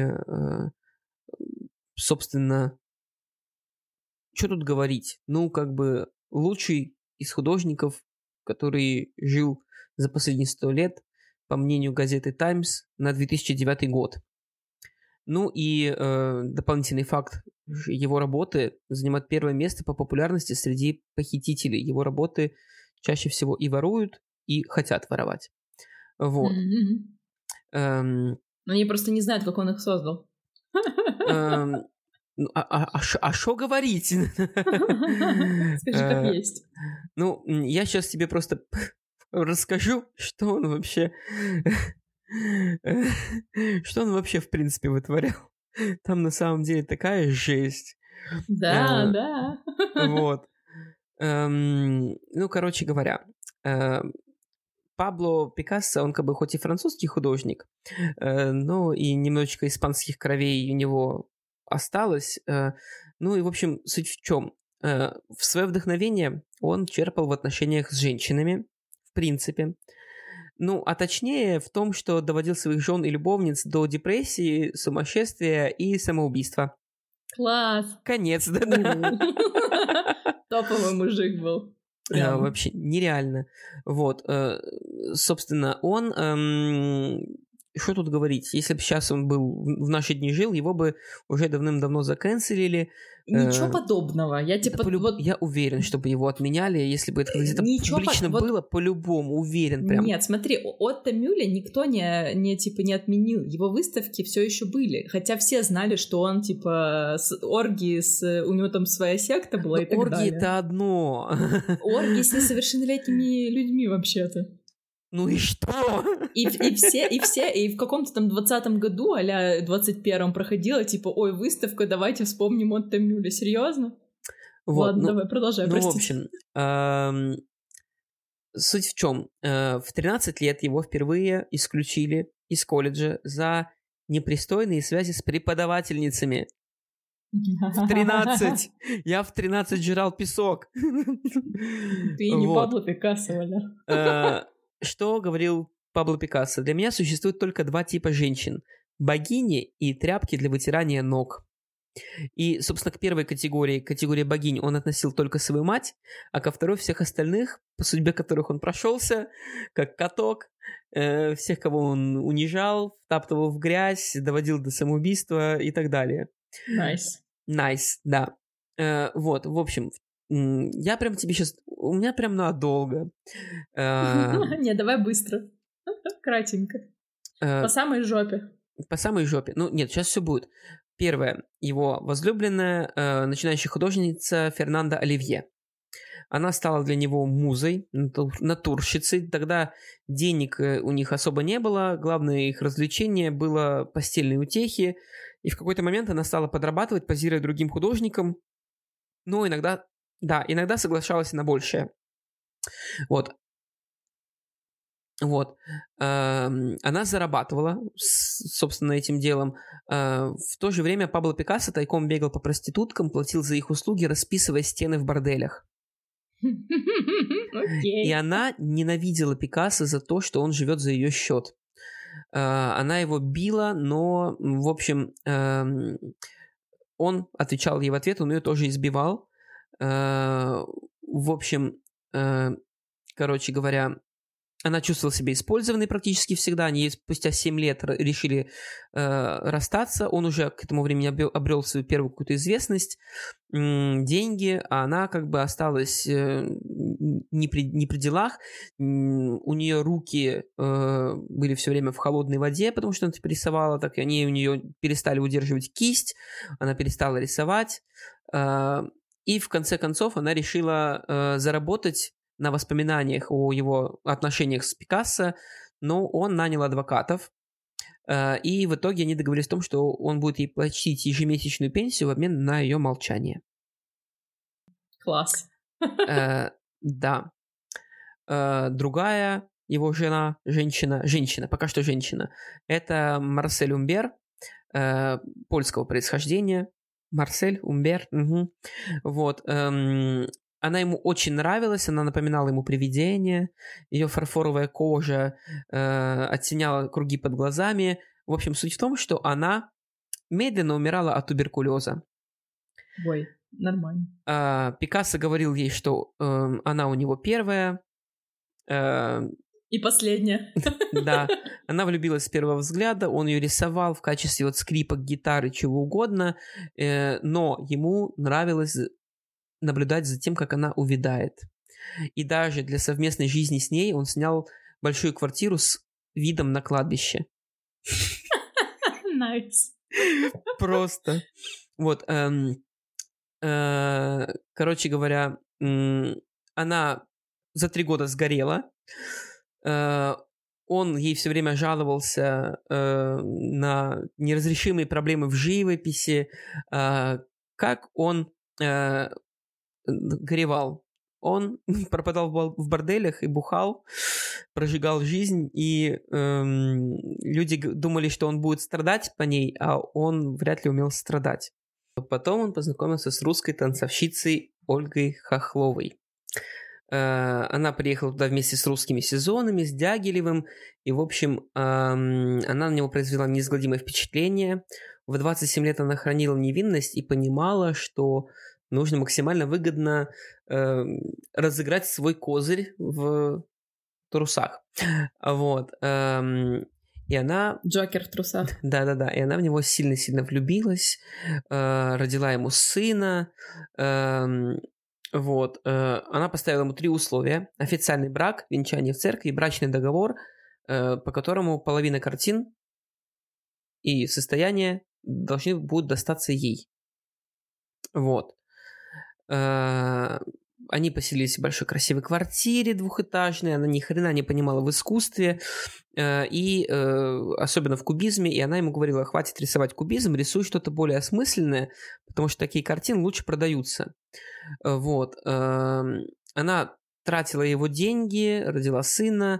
собственно, что тут говорить? Ну, как бы лучший из художников, который жил за последние 100 лет, по мнению газеты «Таймс», на 2009 год. Ну и дополнительный факт. Его работы занимают первое место по популярности среди похитителей. Его работы чаще всего и воруют, и хотят воровать. Вот. Но они просто не знают, как он их создал. А что говорить? Скажи, как есть. Ну, я сейчас тебе просто расскажу, что он вообще... Что он вообще, в принципе, вытворял. Там на самом деле такая жесть. Да, да. Вот. Ну, короче говоря, Пабло Пикассо, он как бы хоть и французский художник, но и немножечко испанских кровей у него осталось. Ну и, в общем, суть в чем? В свое вдохновение он черпал в отношениях с женщинами, в принципе. Ну, а точнее в том, что доводил своих жен и любовниц до депрессии, сумасшествия и самоубийства. Класс! Конец, да-да. Топовый мужик был. Вообще нереально. Вот. Собственно, он... Что тут говорить? Если бы сейчас он был в наши дни жил, его бы уже давным-давно заканцелили. Ничего подобного. Я типа... Я уверен, чтобы его отменяли, если бы это где-то публично было, по-любому, уверен прям. Нет, смотри, Отто Мюлля никто не отменил. Его выставки все еще были. Хотя все знали, что он типа оргии, у него там своя секта была. Но и так оргии далее. Это одно. Оргии с несовершеннолетними людьми вообще-то. Ну и что? И в каком-то там 20-м году, а-ля 21-м проходила, типа, ой, выставка, давайте вспомним Отто Мюлля. Серьезно? Вот, ладно, давай, продолжай, простите. В общем, суть в чем? В 13 лет его впервые исключили из колледжа за непристойные связи с преподавательницами. В 13! Я в 13 жрал песок. Ты не Пабло Пикассо, Валя. Что говорил Пабло Пикассо? Для меня существует только два типа женщин. Богини и тряпки для вытирания ног. И, собственно, к первой категории богинь, он относил только свою мать, а ко второй всех остальных, по судьбе которых он прошелся, как каток, всех, кого он унижал, втаптывал в грязь, доводил до самоубийства и так далее. Nice, да. Вот, в общем, я прям тебе сейчас... У меня прям надолго. Не, давай быстро. Кратенько. По самой жопе. По самой жопе. Ну, нет, сейчас все будет. Первое. Его возлюбленная, начинающая художница Фернанда Оливье. Она стала для него музой, натурщицей. Тогда денег у них особо не было. Главное их развлечение было постельные утехи. И в какой-то момент она стала подрабатывать, позируя другим художникам, но иногда соглашалась на большее. Вот. Она зарабатывала, собственно, этим делом. В то же время Пабло Пикассо тайком бегал по проституткам, платил за их услуги, расписывая стены в борделях. И она ненавидела Пикассо за то, что он живет за ее счет. Она его била, но, в общем, он отвечал ей в ответ, он ее тоже избивал. В общем, короче говоря, она чувствовала себя использованной практически всегда. Они спустя 7 лет решили расстаться. Он уже к этому времени обрел свою первую какую-то известность, деньги, а она как бы осталась не при делах. У нее руки были все время в холодной воде, потому что она это рисовала, так и они у нее перестали удерживать кисть, она перестала рисовать. И в конце концов она решила заработать на воспоминаниях о его отношениях с Пикассо, но он нанял адвокатов, и в итоге они договорились о том, что он будет ей платить ежемесячную пенсию в обмен на ее молчание. Класс. Да. Другая его женщина, пока что женщина, это Марсель Умбер, польского происхождения. Марсель Умбер. Угу. Вот. Она ему очень нравилась, она напоминала ему привидение, ее фарфоровая кожа оттеняла круги под глазами. В общем, суть в том, что она медленно умирала от туберкулеза. Ой, нормально. Пикассо говорил ей, что она у него первая. И последняя. Да, она влюбилась с первого взгляда, он ее рисовал в качестве вот скрипок, гитары, чего угодно, но ему нравилось наблюдать за тем, как она увядает. И даже для совместной жизни с ней он снял большую квартиру с видом на кладбище. Nice. Просто. Вот. Короче говоря, она за 3 года сгорела. Он ей все время жаловался на неразрешимые проблемы в живописи, как он горевал. Он пропадал в борделях и бухал, прожигал жизнь, и люди думали, что он будет страдать по ней, а он вряд ли умел страдать. Потом он познакомился с русской танцовщицей Ольгой Хохловой. Она приехала туда вместе с русскими сезонами, с Дягилевым, и, в общем, она на него произвела неизгладимое впечатление. В 27 лет она хранила невинность и понимала, что нужно максимально выгодно разыграть свой козырь в трусах. Вот. И она... Джокер в трусах. Да-да-да. И она в него сильно-сильно влюбилась, родила ему сына. Вот. Она поставила ему 3 условия. Официальный брак, венчание в церкви и брачный договор, по которому половина картин и состояние должны будут достаться ей. Вот. Они поселились в большой красивой квартире двухэтажной, она ни хрена не понимала в искусстве, и особенно в кубизме, и она ему говорила: хватит рисовать кубизм, рисуй что-то более осмысленное, потому что такие картины лучше продаются. Вот. Она тратила его деньги, родила сына,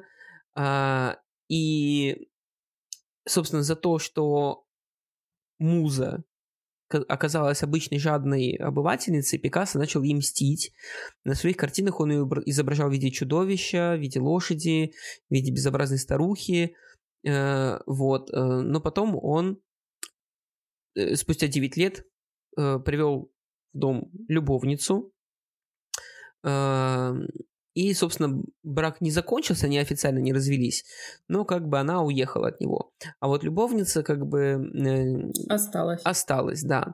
и, собственно, за то, что муза оказалась обычной жадной обывательницей, Пикассо начал ей мстить. На своих картинах он ее изображал в виде чудовища, в виде лошади, в виде безобразной старухи. Вот. Но потом он спустя 9 лет привел в дом любовницу. И, собственно, брак не закончился, они официально не развелись, но как бы она уехала от него. А вот любовница как бы... Осталась, да.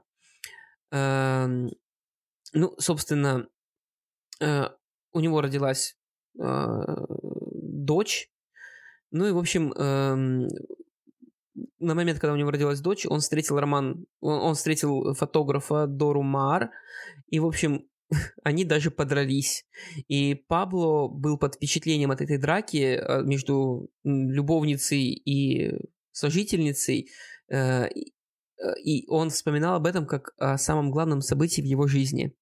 Ну, собственно, у него родилась дочь. Ну и, в общем, на момент, когда у него родилась дочь, он встретил фотографа Дору Маар, и, в общем, они даже подрались. И Пабло был под впечатлением от этой драки между любовницей и сожительницей. И он вспоминал об этом как о самом главном событии в его жизни.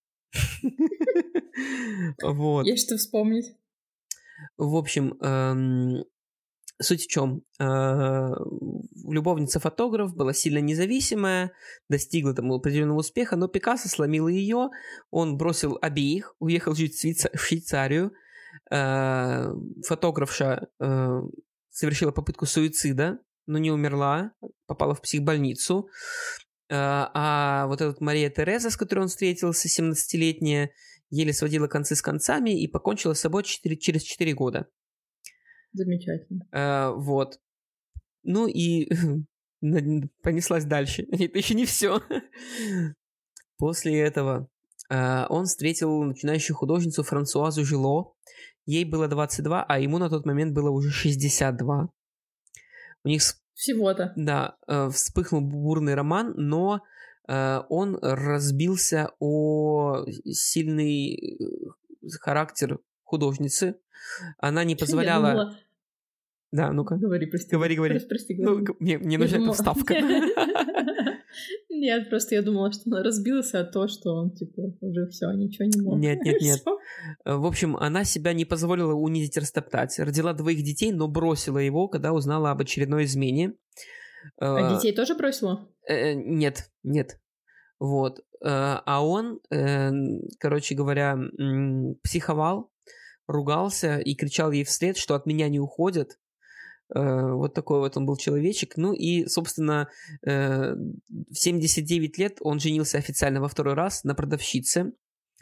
Вот. Есть что вспомнить. В общем, суть в чем? Любовница-фотограф была сильно независимая, достигла там определенного успеха, но Пикассо сломил ее, он бросил обеих, уехал жить в Швейцарию. Фотографша совершила попытку суицида, но не умерла, попала в психбольницу. А вот эта Мария Тереза, с которой он встретился, 17-летняя, еле сводила концы с концами и покончила с собой через 4 года. Замечательно. Вот. Ну и понеслась дальше. Это еще не все. После этого он встретил начинающую художницу Франсуазу Жило. Ей было 22, а ему на тот момент было уже 62. У них всего-то. Да, вспыхнул бурный роман, но он разбился о сильный характер художницы. Она не позволяла... Я думала... Да, ну-ка. Говори, прости. Говори. Прости, ну, мне нужна эта вставка. Нет, просто я думала, что она разбилась от того, что он, типа, уже все, ничего не мог. Нет. В общем, она себя не позволила унизить, растоптать. Родила 2 детей, но бросила его, когда узнала об очередной измене. А детей тоже бросила? Нет. Вот. А он, короче говоря, психовал, ругался и кричал ей вслед, что от меня не уходят. Вот такой вот он был человечек. Ну и, собственно, в 79 лет он женился официально во 2-й раз на продавщице.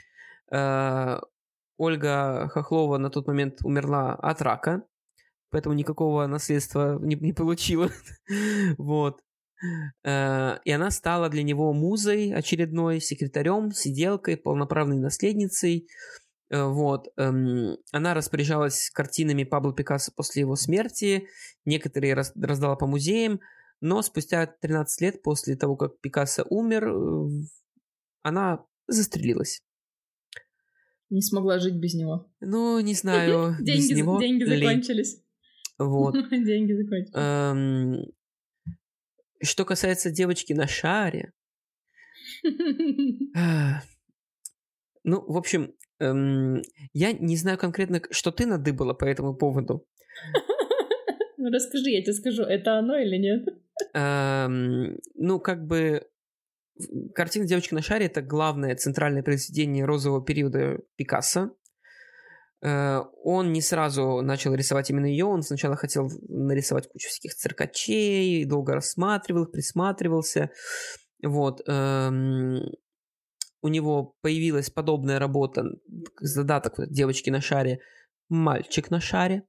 Ольга Хохлова на тот момент умерла от рака, поэтому никакого наследства не получила. Вот. И она стала для него музой очередной, секретарем, сиделкой, полноправной наследницей. Вот. Она распоряжалась картинами Пабло Пикассо после его смерти, некоторые раздала по музеям, но спустя 13 лет после того, как Пикассо умер, она застрелилась. Не смогла жить без него. Ну, не знаю, без него. Деньги закончились. Вот. Деньги закончились. Что касается девочки на шаре... Ну, в общем, я не знаю конкретно, что ты надыбала по этому поводу. Ну, расскажи, я тебе скажу, это оно или нет? Ну, как бы... Картина «Девочка на шаре» — это главное центральное произведение розового периода Пикассо. Он не сразу начал рисовать именно ее, он сначала хотел нарисовать кучу всяких циркачей, долго рассматривал их, присматривался. Вот. У него появилась подобная работа, задаток «Девочки на шаре», «Мальчик на шаре».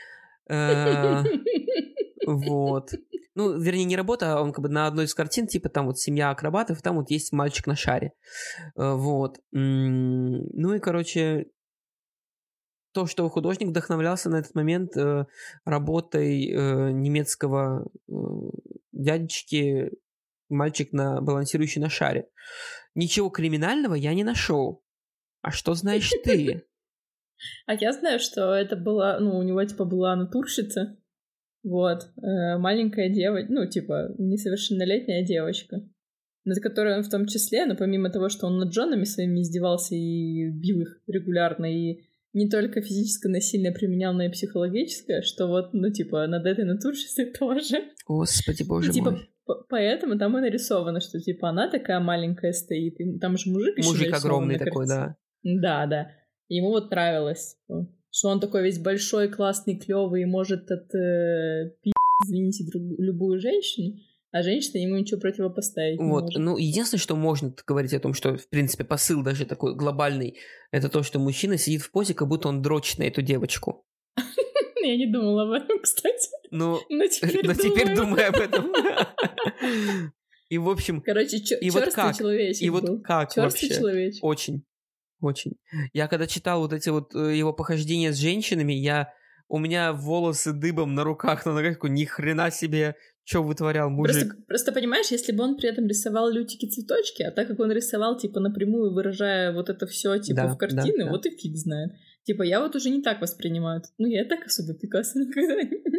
Вот. Ну, вернее, не работа, а он как бы на одной из картин, типа там вот семья акробатов, там вот есть мальчик на шаре. Вот. Ну и, короче, то, что художник вдохновлялся на этот момент работой немецкого дядечки, мальчик, балансирующий на шаре. Ничего криминального я не нашел. А что знаешь ты? А я знаю, что это была, ну, у него типа была натурщица. Вот, маленькая девочка, ну, типа, несовершеннолетняя девочка, над которой он в том числе, но помимо того, что он над женами своими издевался и бил их регулярно, и не только физическое насилие применял, но и психологическое, что вот, ну, типа, над этой натурщицей тоже. Господи, боже типа, мой. Поэтому там и нарисовано, что, типа, она такая маленькая стоит, и там же мужик еще мужик огромный такой, да. Да. Ему вот нравилось, что он такой весь большой, классный, клевый и может извините, любую женщину, а женщина ему ничего противопоставить не может. Ну, единственное, что можно говорить о том, что, в принципе, посыл даже такой глобальный, это то, что мужчина сидит в позе, как будто он дрочит на эту девочку. Я не думала об этом, кстати. Но теперь думаю об этом. И, в общем... Короче, чёрствый человечек. И вот как вообще? Человечек. Очень. Я когда читал вот эти вот его похождения с женщинами, у меня волосы дыбом на руках, на ногах, ни хрена себе, что вытворял мужик. Просто понимаешь, если бы он при этом рисовал лютики-цветочки, а так как он рисовал, типа, напрямую выражая вот это все типа, в картины, вот и фиг знает. Типа, я вот уже не так воспринимаю. Ну, я так особо Пикассо никогда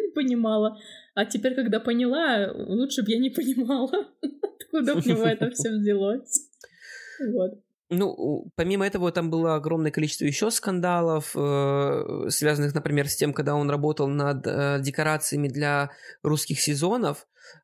понимала. А теперь, когда поняла, лучше бы я не понимала, откуда у него это все взялось. Вот. Ну, помимо этого, там было огромное количество еще скандалов, связанных, например, с тем, когда он работал над декорациями для русских сезонов.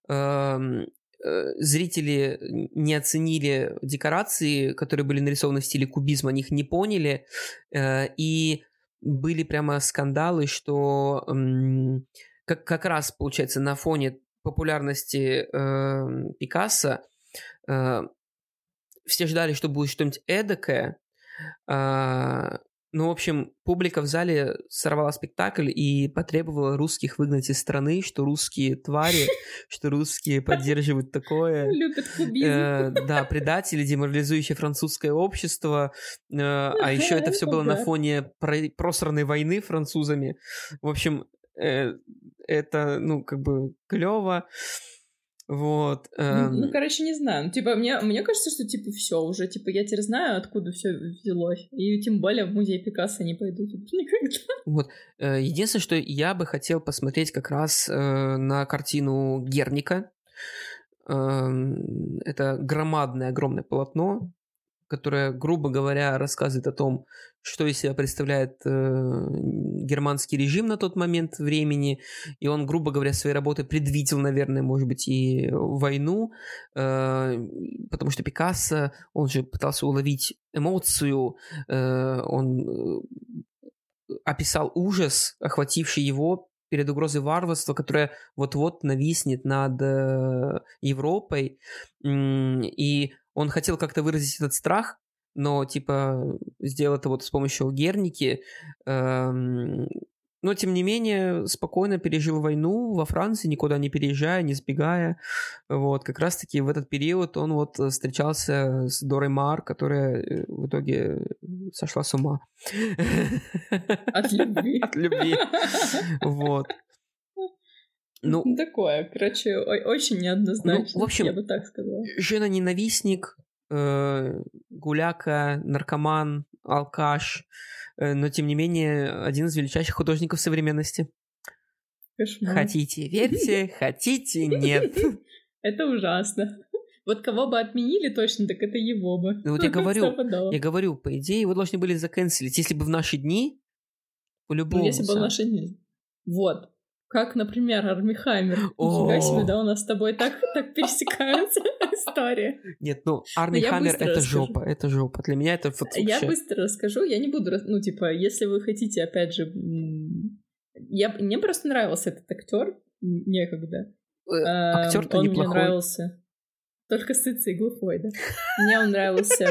Зрители не оценили декорации, которые были нарисованы в стиле кубизма, они их не поняли, и были прямо скандалы, что как раз, получается, на фоне популярности Пикассо все ждали, что будет что-нибудь эдакое. Ну, в общем, публика в зале сорвала спектакль и потребовала русских выгнать из страны, что русские твари, что русские поддерживают такое. Любят кубизм. Да, предатели, деморализующие французское общество. А еще это все было на фоне просранной войны французами. В общем, это, ну, как бы клево. Вот. Ну, короче, не знаю. Типа, мне кажется, что, типа, все уже, типа, я теперь знаю, откуда все взялось. И тем более в музей Пикассо не пойду типа, никогда. Вот. Единственное, что я бы хотел посмотреть как раз на картину Герника. Это громадное, огромное полотно, которое, грубо говоря, рассказывает о том, что из себя представляет германский режим на тот момент времени, и он, грубо говоря, своей работой предвидел, наверное, может быть, и войну, потому что Пикассо, он же пытался уловить эмоцию, он описал ужас, охвативший его перед угрозой варварства, которая вот-вот нависнет над Европой, и он хотел как-то выразить этот страх, но, типа, сделал это вот с помощью Герники, но, тем не менее, спокойно пережил войну во Франции, никуда не переезжая, не сбегая. Вот, как раз-таки в этот период он вот встречался с Дорой Маар, которая в итоге сошла с ума. От любви. От любви. Вот. Ну, такое, короче, очень неоднозначно, ну, в общем, я бы так сказала. Жена-ненавистник, гуляка, наркоман, алкаш, но, тем не менее, один из величайших художников современности. Кошмар. Хотите, верьте, хотите, нет. Это ужасно. Вот кого бы отменили точно, так это его бы. Ну, вот я говорю, по идее, его должны были заканцелить. Если бы в наши дни, по-любому. Ну, если бы в наши дни. Вот. Как, например, Армихаймер. Нифига себе, да, у нас с тобой так пересекаются истории. Нет, ну, Армихаймер — это жопа, это жопа. Для меня это вообще... Я быстро расскажу, я не буду... Ну, типа, если вы хотите, опять же... Мне просто нравился этот актер некогда. Актер-то он неплохой. Мне нравился. Только сытый и глухой, да. Мне он нравился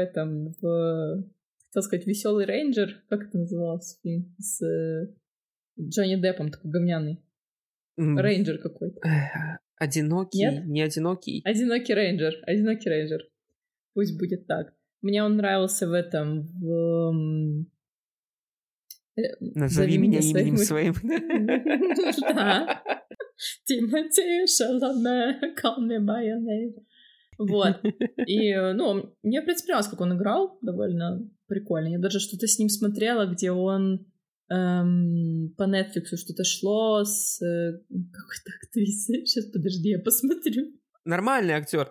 хотел сказать, «Веселый рейнджер». Как это назывался фильм? С Джонни Деппом, такой говняный. Рейнджер какой-то. Одинокий? Нет? Не одинокий? Одинокий рейнджер. Пусть будет так. Мне он нравился в этом... Назови меня именем своим. Да. Тимоти Шаламе, call me by your name. Вот. И, ну, мне, в принципе, нравилось, как он играл. Довольно прикольно. Я даже что-то с ним смотрела, где он по Netflix что-то шло с какой-то актрисой. Сейчас, подожди, я посмотрю. Нормальный актер.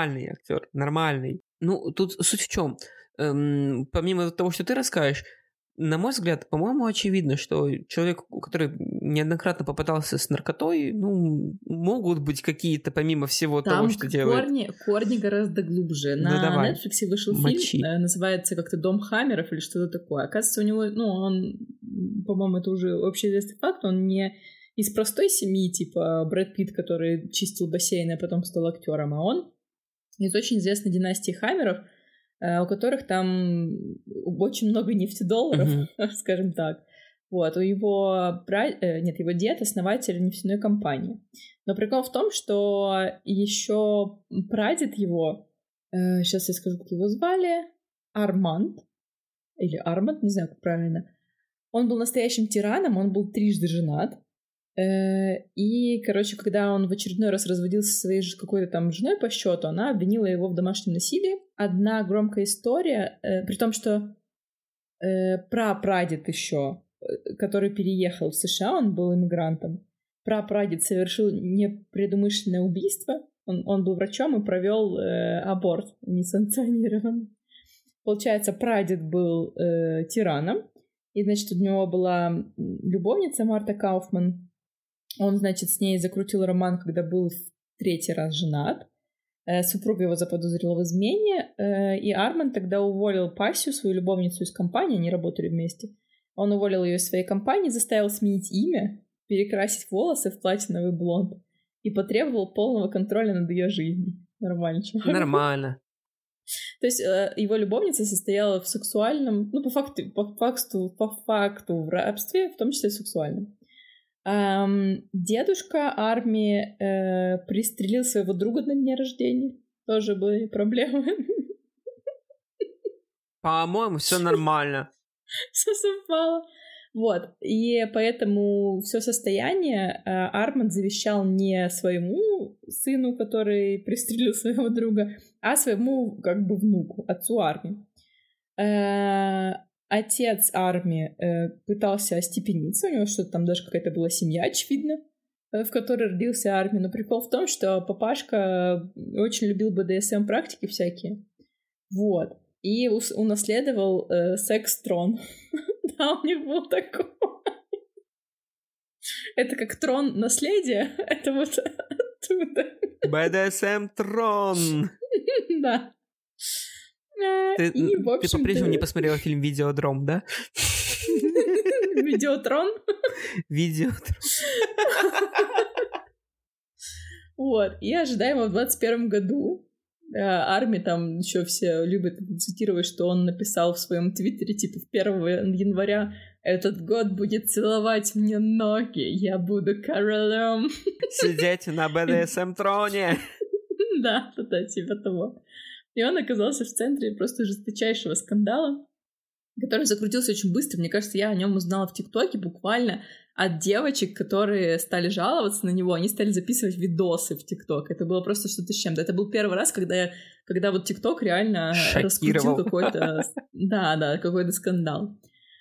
Ну, тут суть в чем? Помимо того, что ты расскажешь, на мой взгляд, по-моему, очевидно, что человек, который неоднократно попытался с наркотой, ну, могут быть какие-то, помимо всего того, что делает. Корни гораздо глубже. На Netflix вышел фильм, называется как-то «Дом Хаммеров» или что-то такое. Оказывается, у него, ну, он, по-моему, это уже общеизвестный факт, он не из простой семьи, типа Брэд Питт, который чистил бассейн, а потом стал актером, а он из очень известной династии Хаммеров, у которых там очень много нефтедолларов, скажем так. Вот, у его его дед основатель нефтяной компании. Но прикол в том, что еще прадед его, сейчас я скажу, как его звали, Арманд, или Арманд, не знаю, как правильно, он был настоящим тираном, он был трижды женат. И, короче, когда он в очередной раз разводился со своей какой-то там женой по счету, она обвинила его в домашнем насилии. Одна громкая история, при том, что прапрадед еще, который переехал в США, он был иммигрантом, прапрадед совершил непредумышленное убийство. Он был врачом и провел аборт несанкционированный. Получается, прадед был тираном. И, значит, у него была любовница Марта Кауфман. Он, значит, с ней закрутил роман, когда был в 3-й раз женат. Супруга его заподозрила в измене, и Арманд тогда уволил Пассию, свою любовницу, из компании, они работали вместе. Он уволил ее из своей компании, заставил сменить имя, перекрасить волосы в платиновый блонд и потребовал полного контроля над ее жизнью. Нормально, чувак. Нормально. То есть его любовница состояла в сексуальном, ну, по факту в рабстве, в том числе сексуальном. Дедушка армии пристрелил своего друга на дне рождения. Тоже были проблемы. По-моему, все нормально. Все совпало. Вот. И поэтому все состояние Арманд завещал не своему сыну, который пристрелил своего друга, а своему, как бы, внуку, отцу армии. Отец армии пытался остепениться, у него что-то там даже какая-то была семья, очевидно, в которой родился армия. Но прикол в том, что папашка очень любил БДСМ-практики всякие. Вот. И унаследовал секс-трон. Да, у них был такой. Это как трон наследия. Это вот оттуда. БДСМ-трон! Да. Ты по-прежнему не посмотрела фильм «Видеодром», да? Видеотрон? Видеотрон. Вот. И ожидаемо в 21 году армии там еще все любят цитировать, что он написал в своем твиттере, типа, в 1 января этот год будет целовать мне ноги, я буду королем. Сидеть на БДСМ-троне. Да, типа того. И он оказался в центре просто жесточайшего скандала, который закрутился очень быстро. Мне кажется, я о нем узнала в ТикТоке буквально от девочек, которые стали жаловаться на него. Они стали записывать видосы в ТикТок. Это было просто что-то с чем-то. Это был первый раз, когда вот ТикТок реально раскрутил какой-то... Да, какой-то скандал.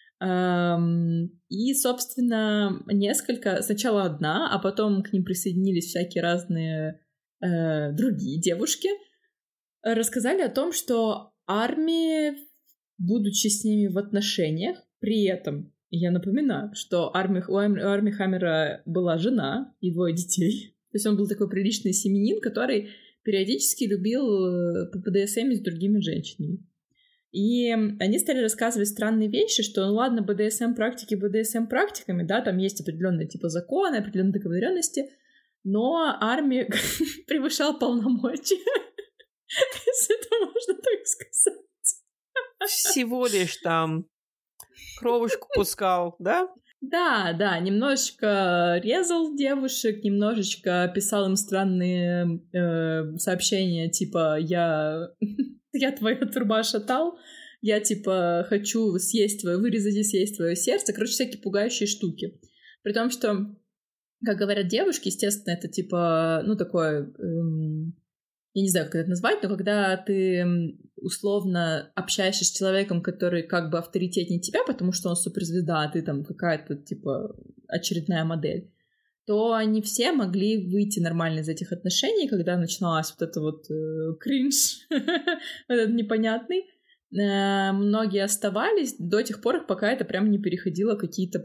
И, собственно, сначала одна, а потом к ним присоединились всякие разные другие девушки, рассказали о том, что армия, будучи с ними в отношениях, при этом, я напоминаю, что у Арми Хаммера была жена и 2 детей. То есть он был такой приличный семьянин, который периодически любил БДСМ с другими женщинами. И они стали рассказывать странные вещи, что, ну ладно, БДСМ-практики БДСМ-практиками, да, там есть определенные типа законы, определенные договоренности, но армия превышал полномочия. Если это можно так сказать. Всего лишь там кровушку пускал, да? Да, немножечко резал девушек, немножечко писал им странные сообщения, типа я твою труба шатал, я типа хочу вырезать и съесть твое сердце. Короче, всякие пугающие штуки. При том, что, как говорят девушки, естественно, это типа, ну, такое... я не знаю, как это назвать, но когда ты условно общаешься с человеком, который как бы авторитетнее тебя, потому что он суперзвезда, а ты там какая-то, типа, очередная модель, то они все могли выйти нормально из этих отношений, когда начиналась вот это вот кринж, этот непонятный. Многие оставались до тех пор, пока это прям не переходило какие-то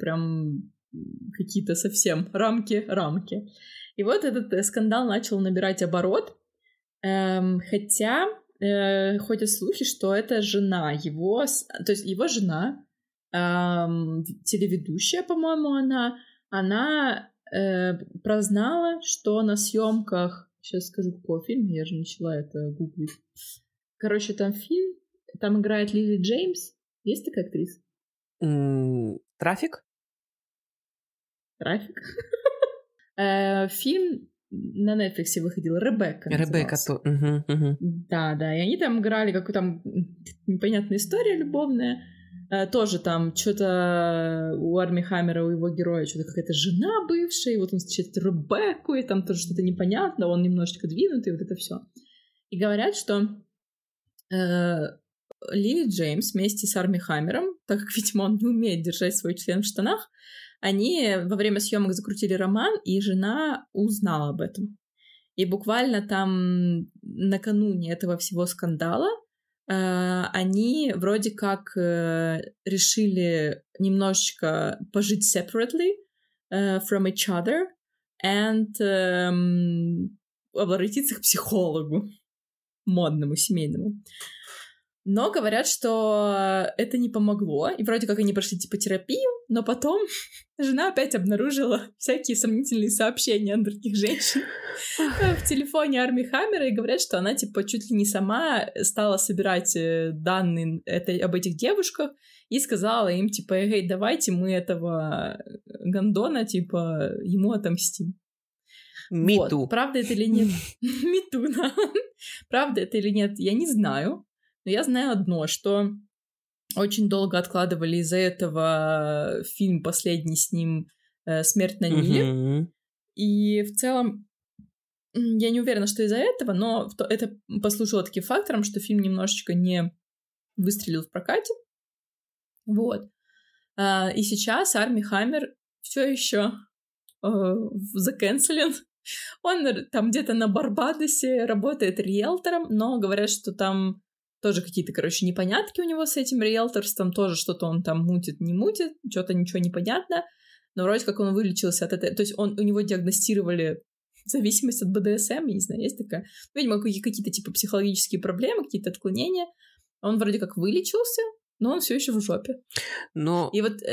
совсем рамки. И вот этот скандал начал набирать оборот, хотя ходят слухи, что это жена его, то есть его жена, телеведущая, по-моему, она прознала, что на съемках, сейчас скажу, какой фильм, я же начала это гуглить. Короче, там фильм, там играет Лили Джеймс. Есть такая актриса? Трафик? Фильм на Netflix выходил, Ребекка. то. Да, и они там играли какую-то там непонятная история любовная. Тоже там что-то у Арми Хаммера, у его героя, что-то какая-то жена бывшая, и вот он встречает Ребекку, и там тоже что-то непонятно, он немножечко двинутый, вот это все. И говорят, что Лили Джеймс вместе с Арми Хаммером, так как, видимо, он не умеет держать свой член в штанах, они во время съемок закрутили роман, и жена узнала об этом. И буквально там накануне этого всего скандала они вроде как решили немножечко пожить separately from each other and обратиться к психологу модному, семейному. Но говорят, что это не помогло, и вроде как они прошли типа терапию, но потом жена опять обнаружила всякие сомнительные сообщения от других женщин в телефоне Арми Хаммера, и говорят, что она типа чуть ли не сама стала собирать данные об этих девушках и сказала им типа: «Эй, давайте мы этого гондона типа ему отомстим». Me too. Правда это или нет? Me too, да. Правда это или нет, я не знаю. Но я знаю одно, что очень долго откладывали из-за этого фильм последний с ним «Смерть на Ниле». И в целом я не уверена, что из-за этого, но это послужило таким фактором, что фильм немножечко не выстрелил в прокате. Вот. И сейчас Арми Хаммер все еще закэнселен. Он там где-то на Барбадосе работает риэлтором, но говорят, что там тоже какие-то, короче, непонятки у него с этим риэлторством, тоже что-то он там мутит, не мутит, что-то ничего не понятно, но вроде как он вылечился от этого, то есть у него диагностировали зависимость от БДСМ, я не знаю, есть такая, видимо, какие-то типа психологические проблемы, какие-то отклонения, он вроде как вылечился, но он все еще в жопе. Но и вот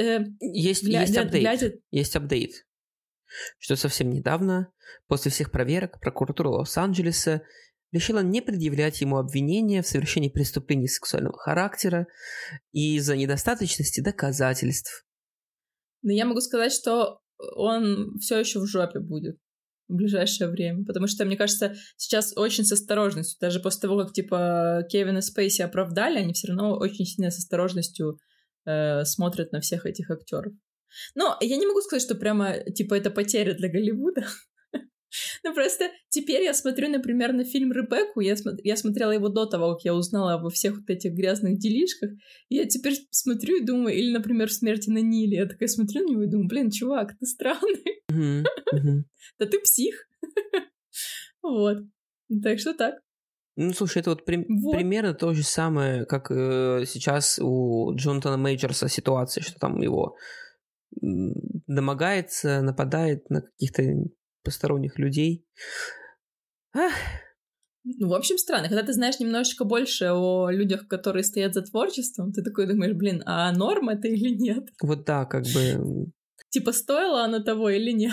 есть апдейт, что совсем недавно, после всех проверок, прокуратура Лос-Анджелеса решила не предъявлять ему обвинения в совершении преступлений сексуального характера из-за недостаточности доказательств. Но я могу сказать, что он все еще в жопе будет в ближайшее время, потому что, мне кажется, сейчас очень с осторожностью, даже после того, как, типа, Кевина Спейси оправдали, они все равно очень сильно с осторожностью смотрят на всех этих актеров. Но я не могу сказать, что прямо, типа, это потеря для Голливуда. Ну, просто теперь я смотрю, например, на фильм «Ребекку», я смотрела его до того, как я узнала обо всех вот этих грязных делишках, и я теперь смотрю и думаю, или, например, в «Смерти на Ниле», я такая смотрю на него и думаю: блин, чувак, ты странный. Да ты псих. Вот. Так что так. Ну, слушай, это вот примерно то же самое, как сейчас у Джонатана Мейджорса ситуация, что там его домогается, нападает на каких-то посторонних людей. Ну, в общем, странно. Когда ты знаешь немножечко больше о людях, которые стоят за творчеством, ты такой думаешь: блин, а норм это или нет? Вот да, как бы... Типа, стоило оно того или нет?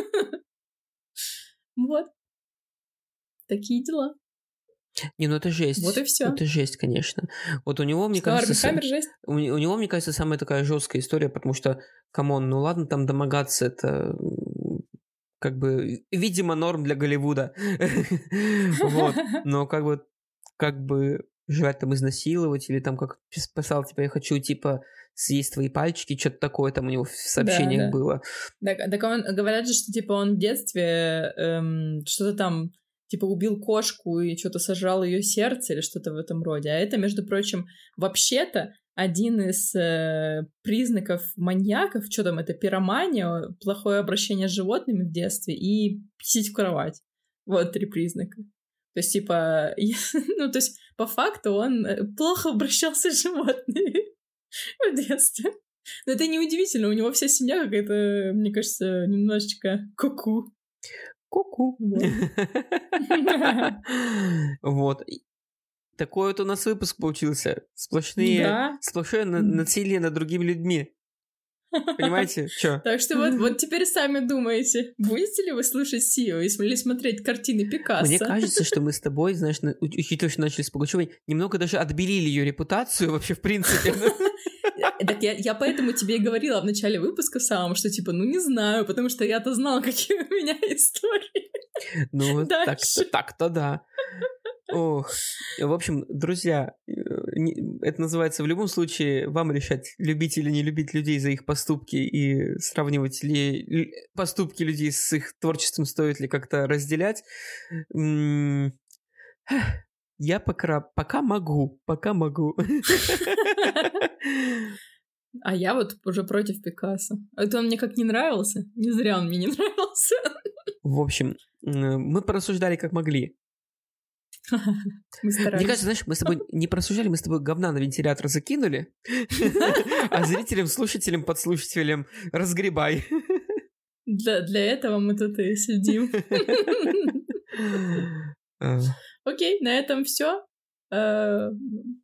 Вот. Такие дела. Не, ну это жесть. Вот и все. Это жесть, конечно. Вот у него, мне кажется... Арми Хаммер жесть? У него, мне кажется, самая такая жесткая история, потому что, камон, ну ладно, там домогаться, это... как бы, видимо, норм для Голливуда. Вот. Но как бы желать там изнасиловать или там как писал, типа, я хочу, типа, съесть твои пальчики, что-то такое там у него в сообщениях было. Так говорят же, что, типа, он в детстве что-то там, типа, убил кошку и что-то сожрал ее сердце или что-то в этом роде. А это, между прочим, вообще-то один из признаков маньяков, что там, это пиромания, плохое обращение с животными в детстве и писать в кровать. Вот 3 признака. То есть, типа, ну, то есть, по факту он плохо обращался с животными в детстве. Но это неудивительно, у него вся семья какая-то, мне кажется, немножечко ку-ку. Ку-ку. Вот. Такой вот у нас выпуск получился. Сплошное насилие над другими людьми. Понимаете? Чё? Так что вот теперь сами думаете, будете ли вы слушать Сио или смотреть картины Пикассо? Мне кажется, что мы с тобой, знаешь, учитывая, что начали с Пугачевой, немного даже отбелили ее репутацию вообще, в принципе. Так я поэтому тебе и говорила в начале выпуска самом, что типа, ну не знаю, потому что я-то знала, какие у меня истории. Ну, так-то да. Ох, в общем, друзья, это называется в любом случае вам решать, любить или не любить людей за их поступки и сравнивать ли поступки людей с их творчеством, стоит ли как-то разделять. Я пока могу. А я вот уже против Пикассо. Это он мне как не нравился. Не зря он мне не нравился. В общем, мы порассуждали как могли. Мы старались. Мне кажется, знаешь, мы с тобой не порассуждали, мы с тобой говна на вентилятор закинули, а зрителям, слушателям, подслушателям разгребай. Для этого мы тут и сидим. Окей, на этом все. Что?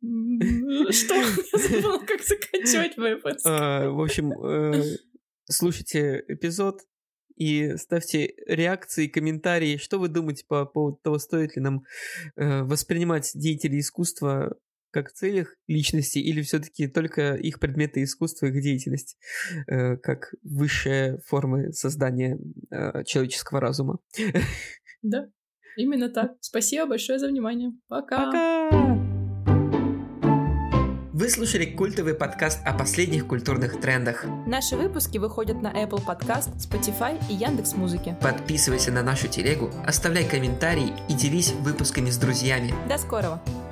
Я забыла, как заканчивать выпуск. В общем, слушайте эпизод и ставьте реакции, комментарии. Что вы думаете по поводу того, стоит ли нам воспринимать деятелей искусства как в целях личности или все-таки только их предметы искусства, их деятельность как высшая форма создания человеческого разума. Да, именно так. Спасибо большое за внимание. Пока! Пока! Вы слушали культовый подкаст о последних культурных трендах. Наши выпуски выходят на Apple Podcast, Spotify и Яндекс.Музыке. Подписывайся на нашу телегу, оставляй комментарии и делись выпусками с друзьями. До скорого!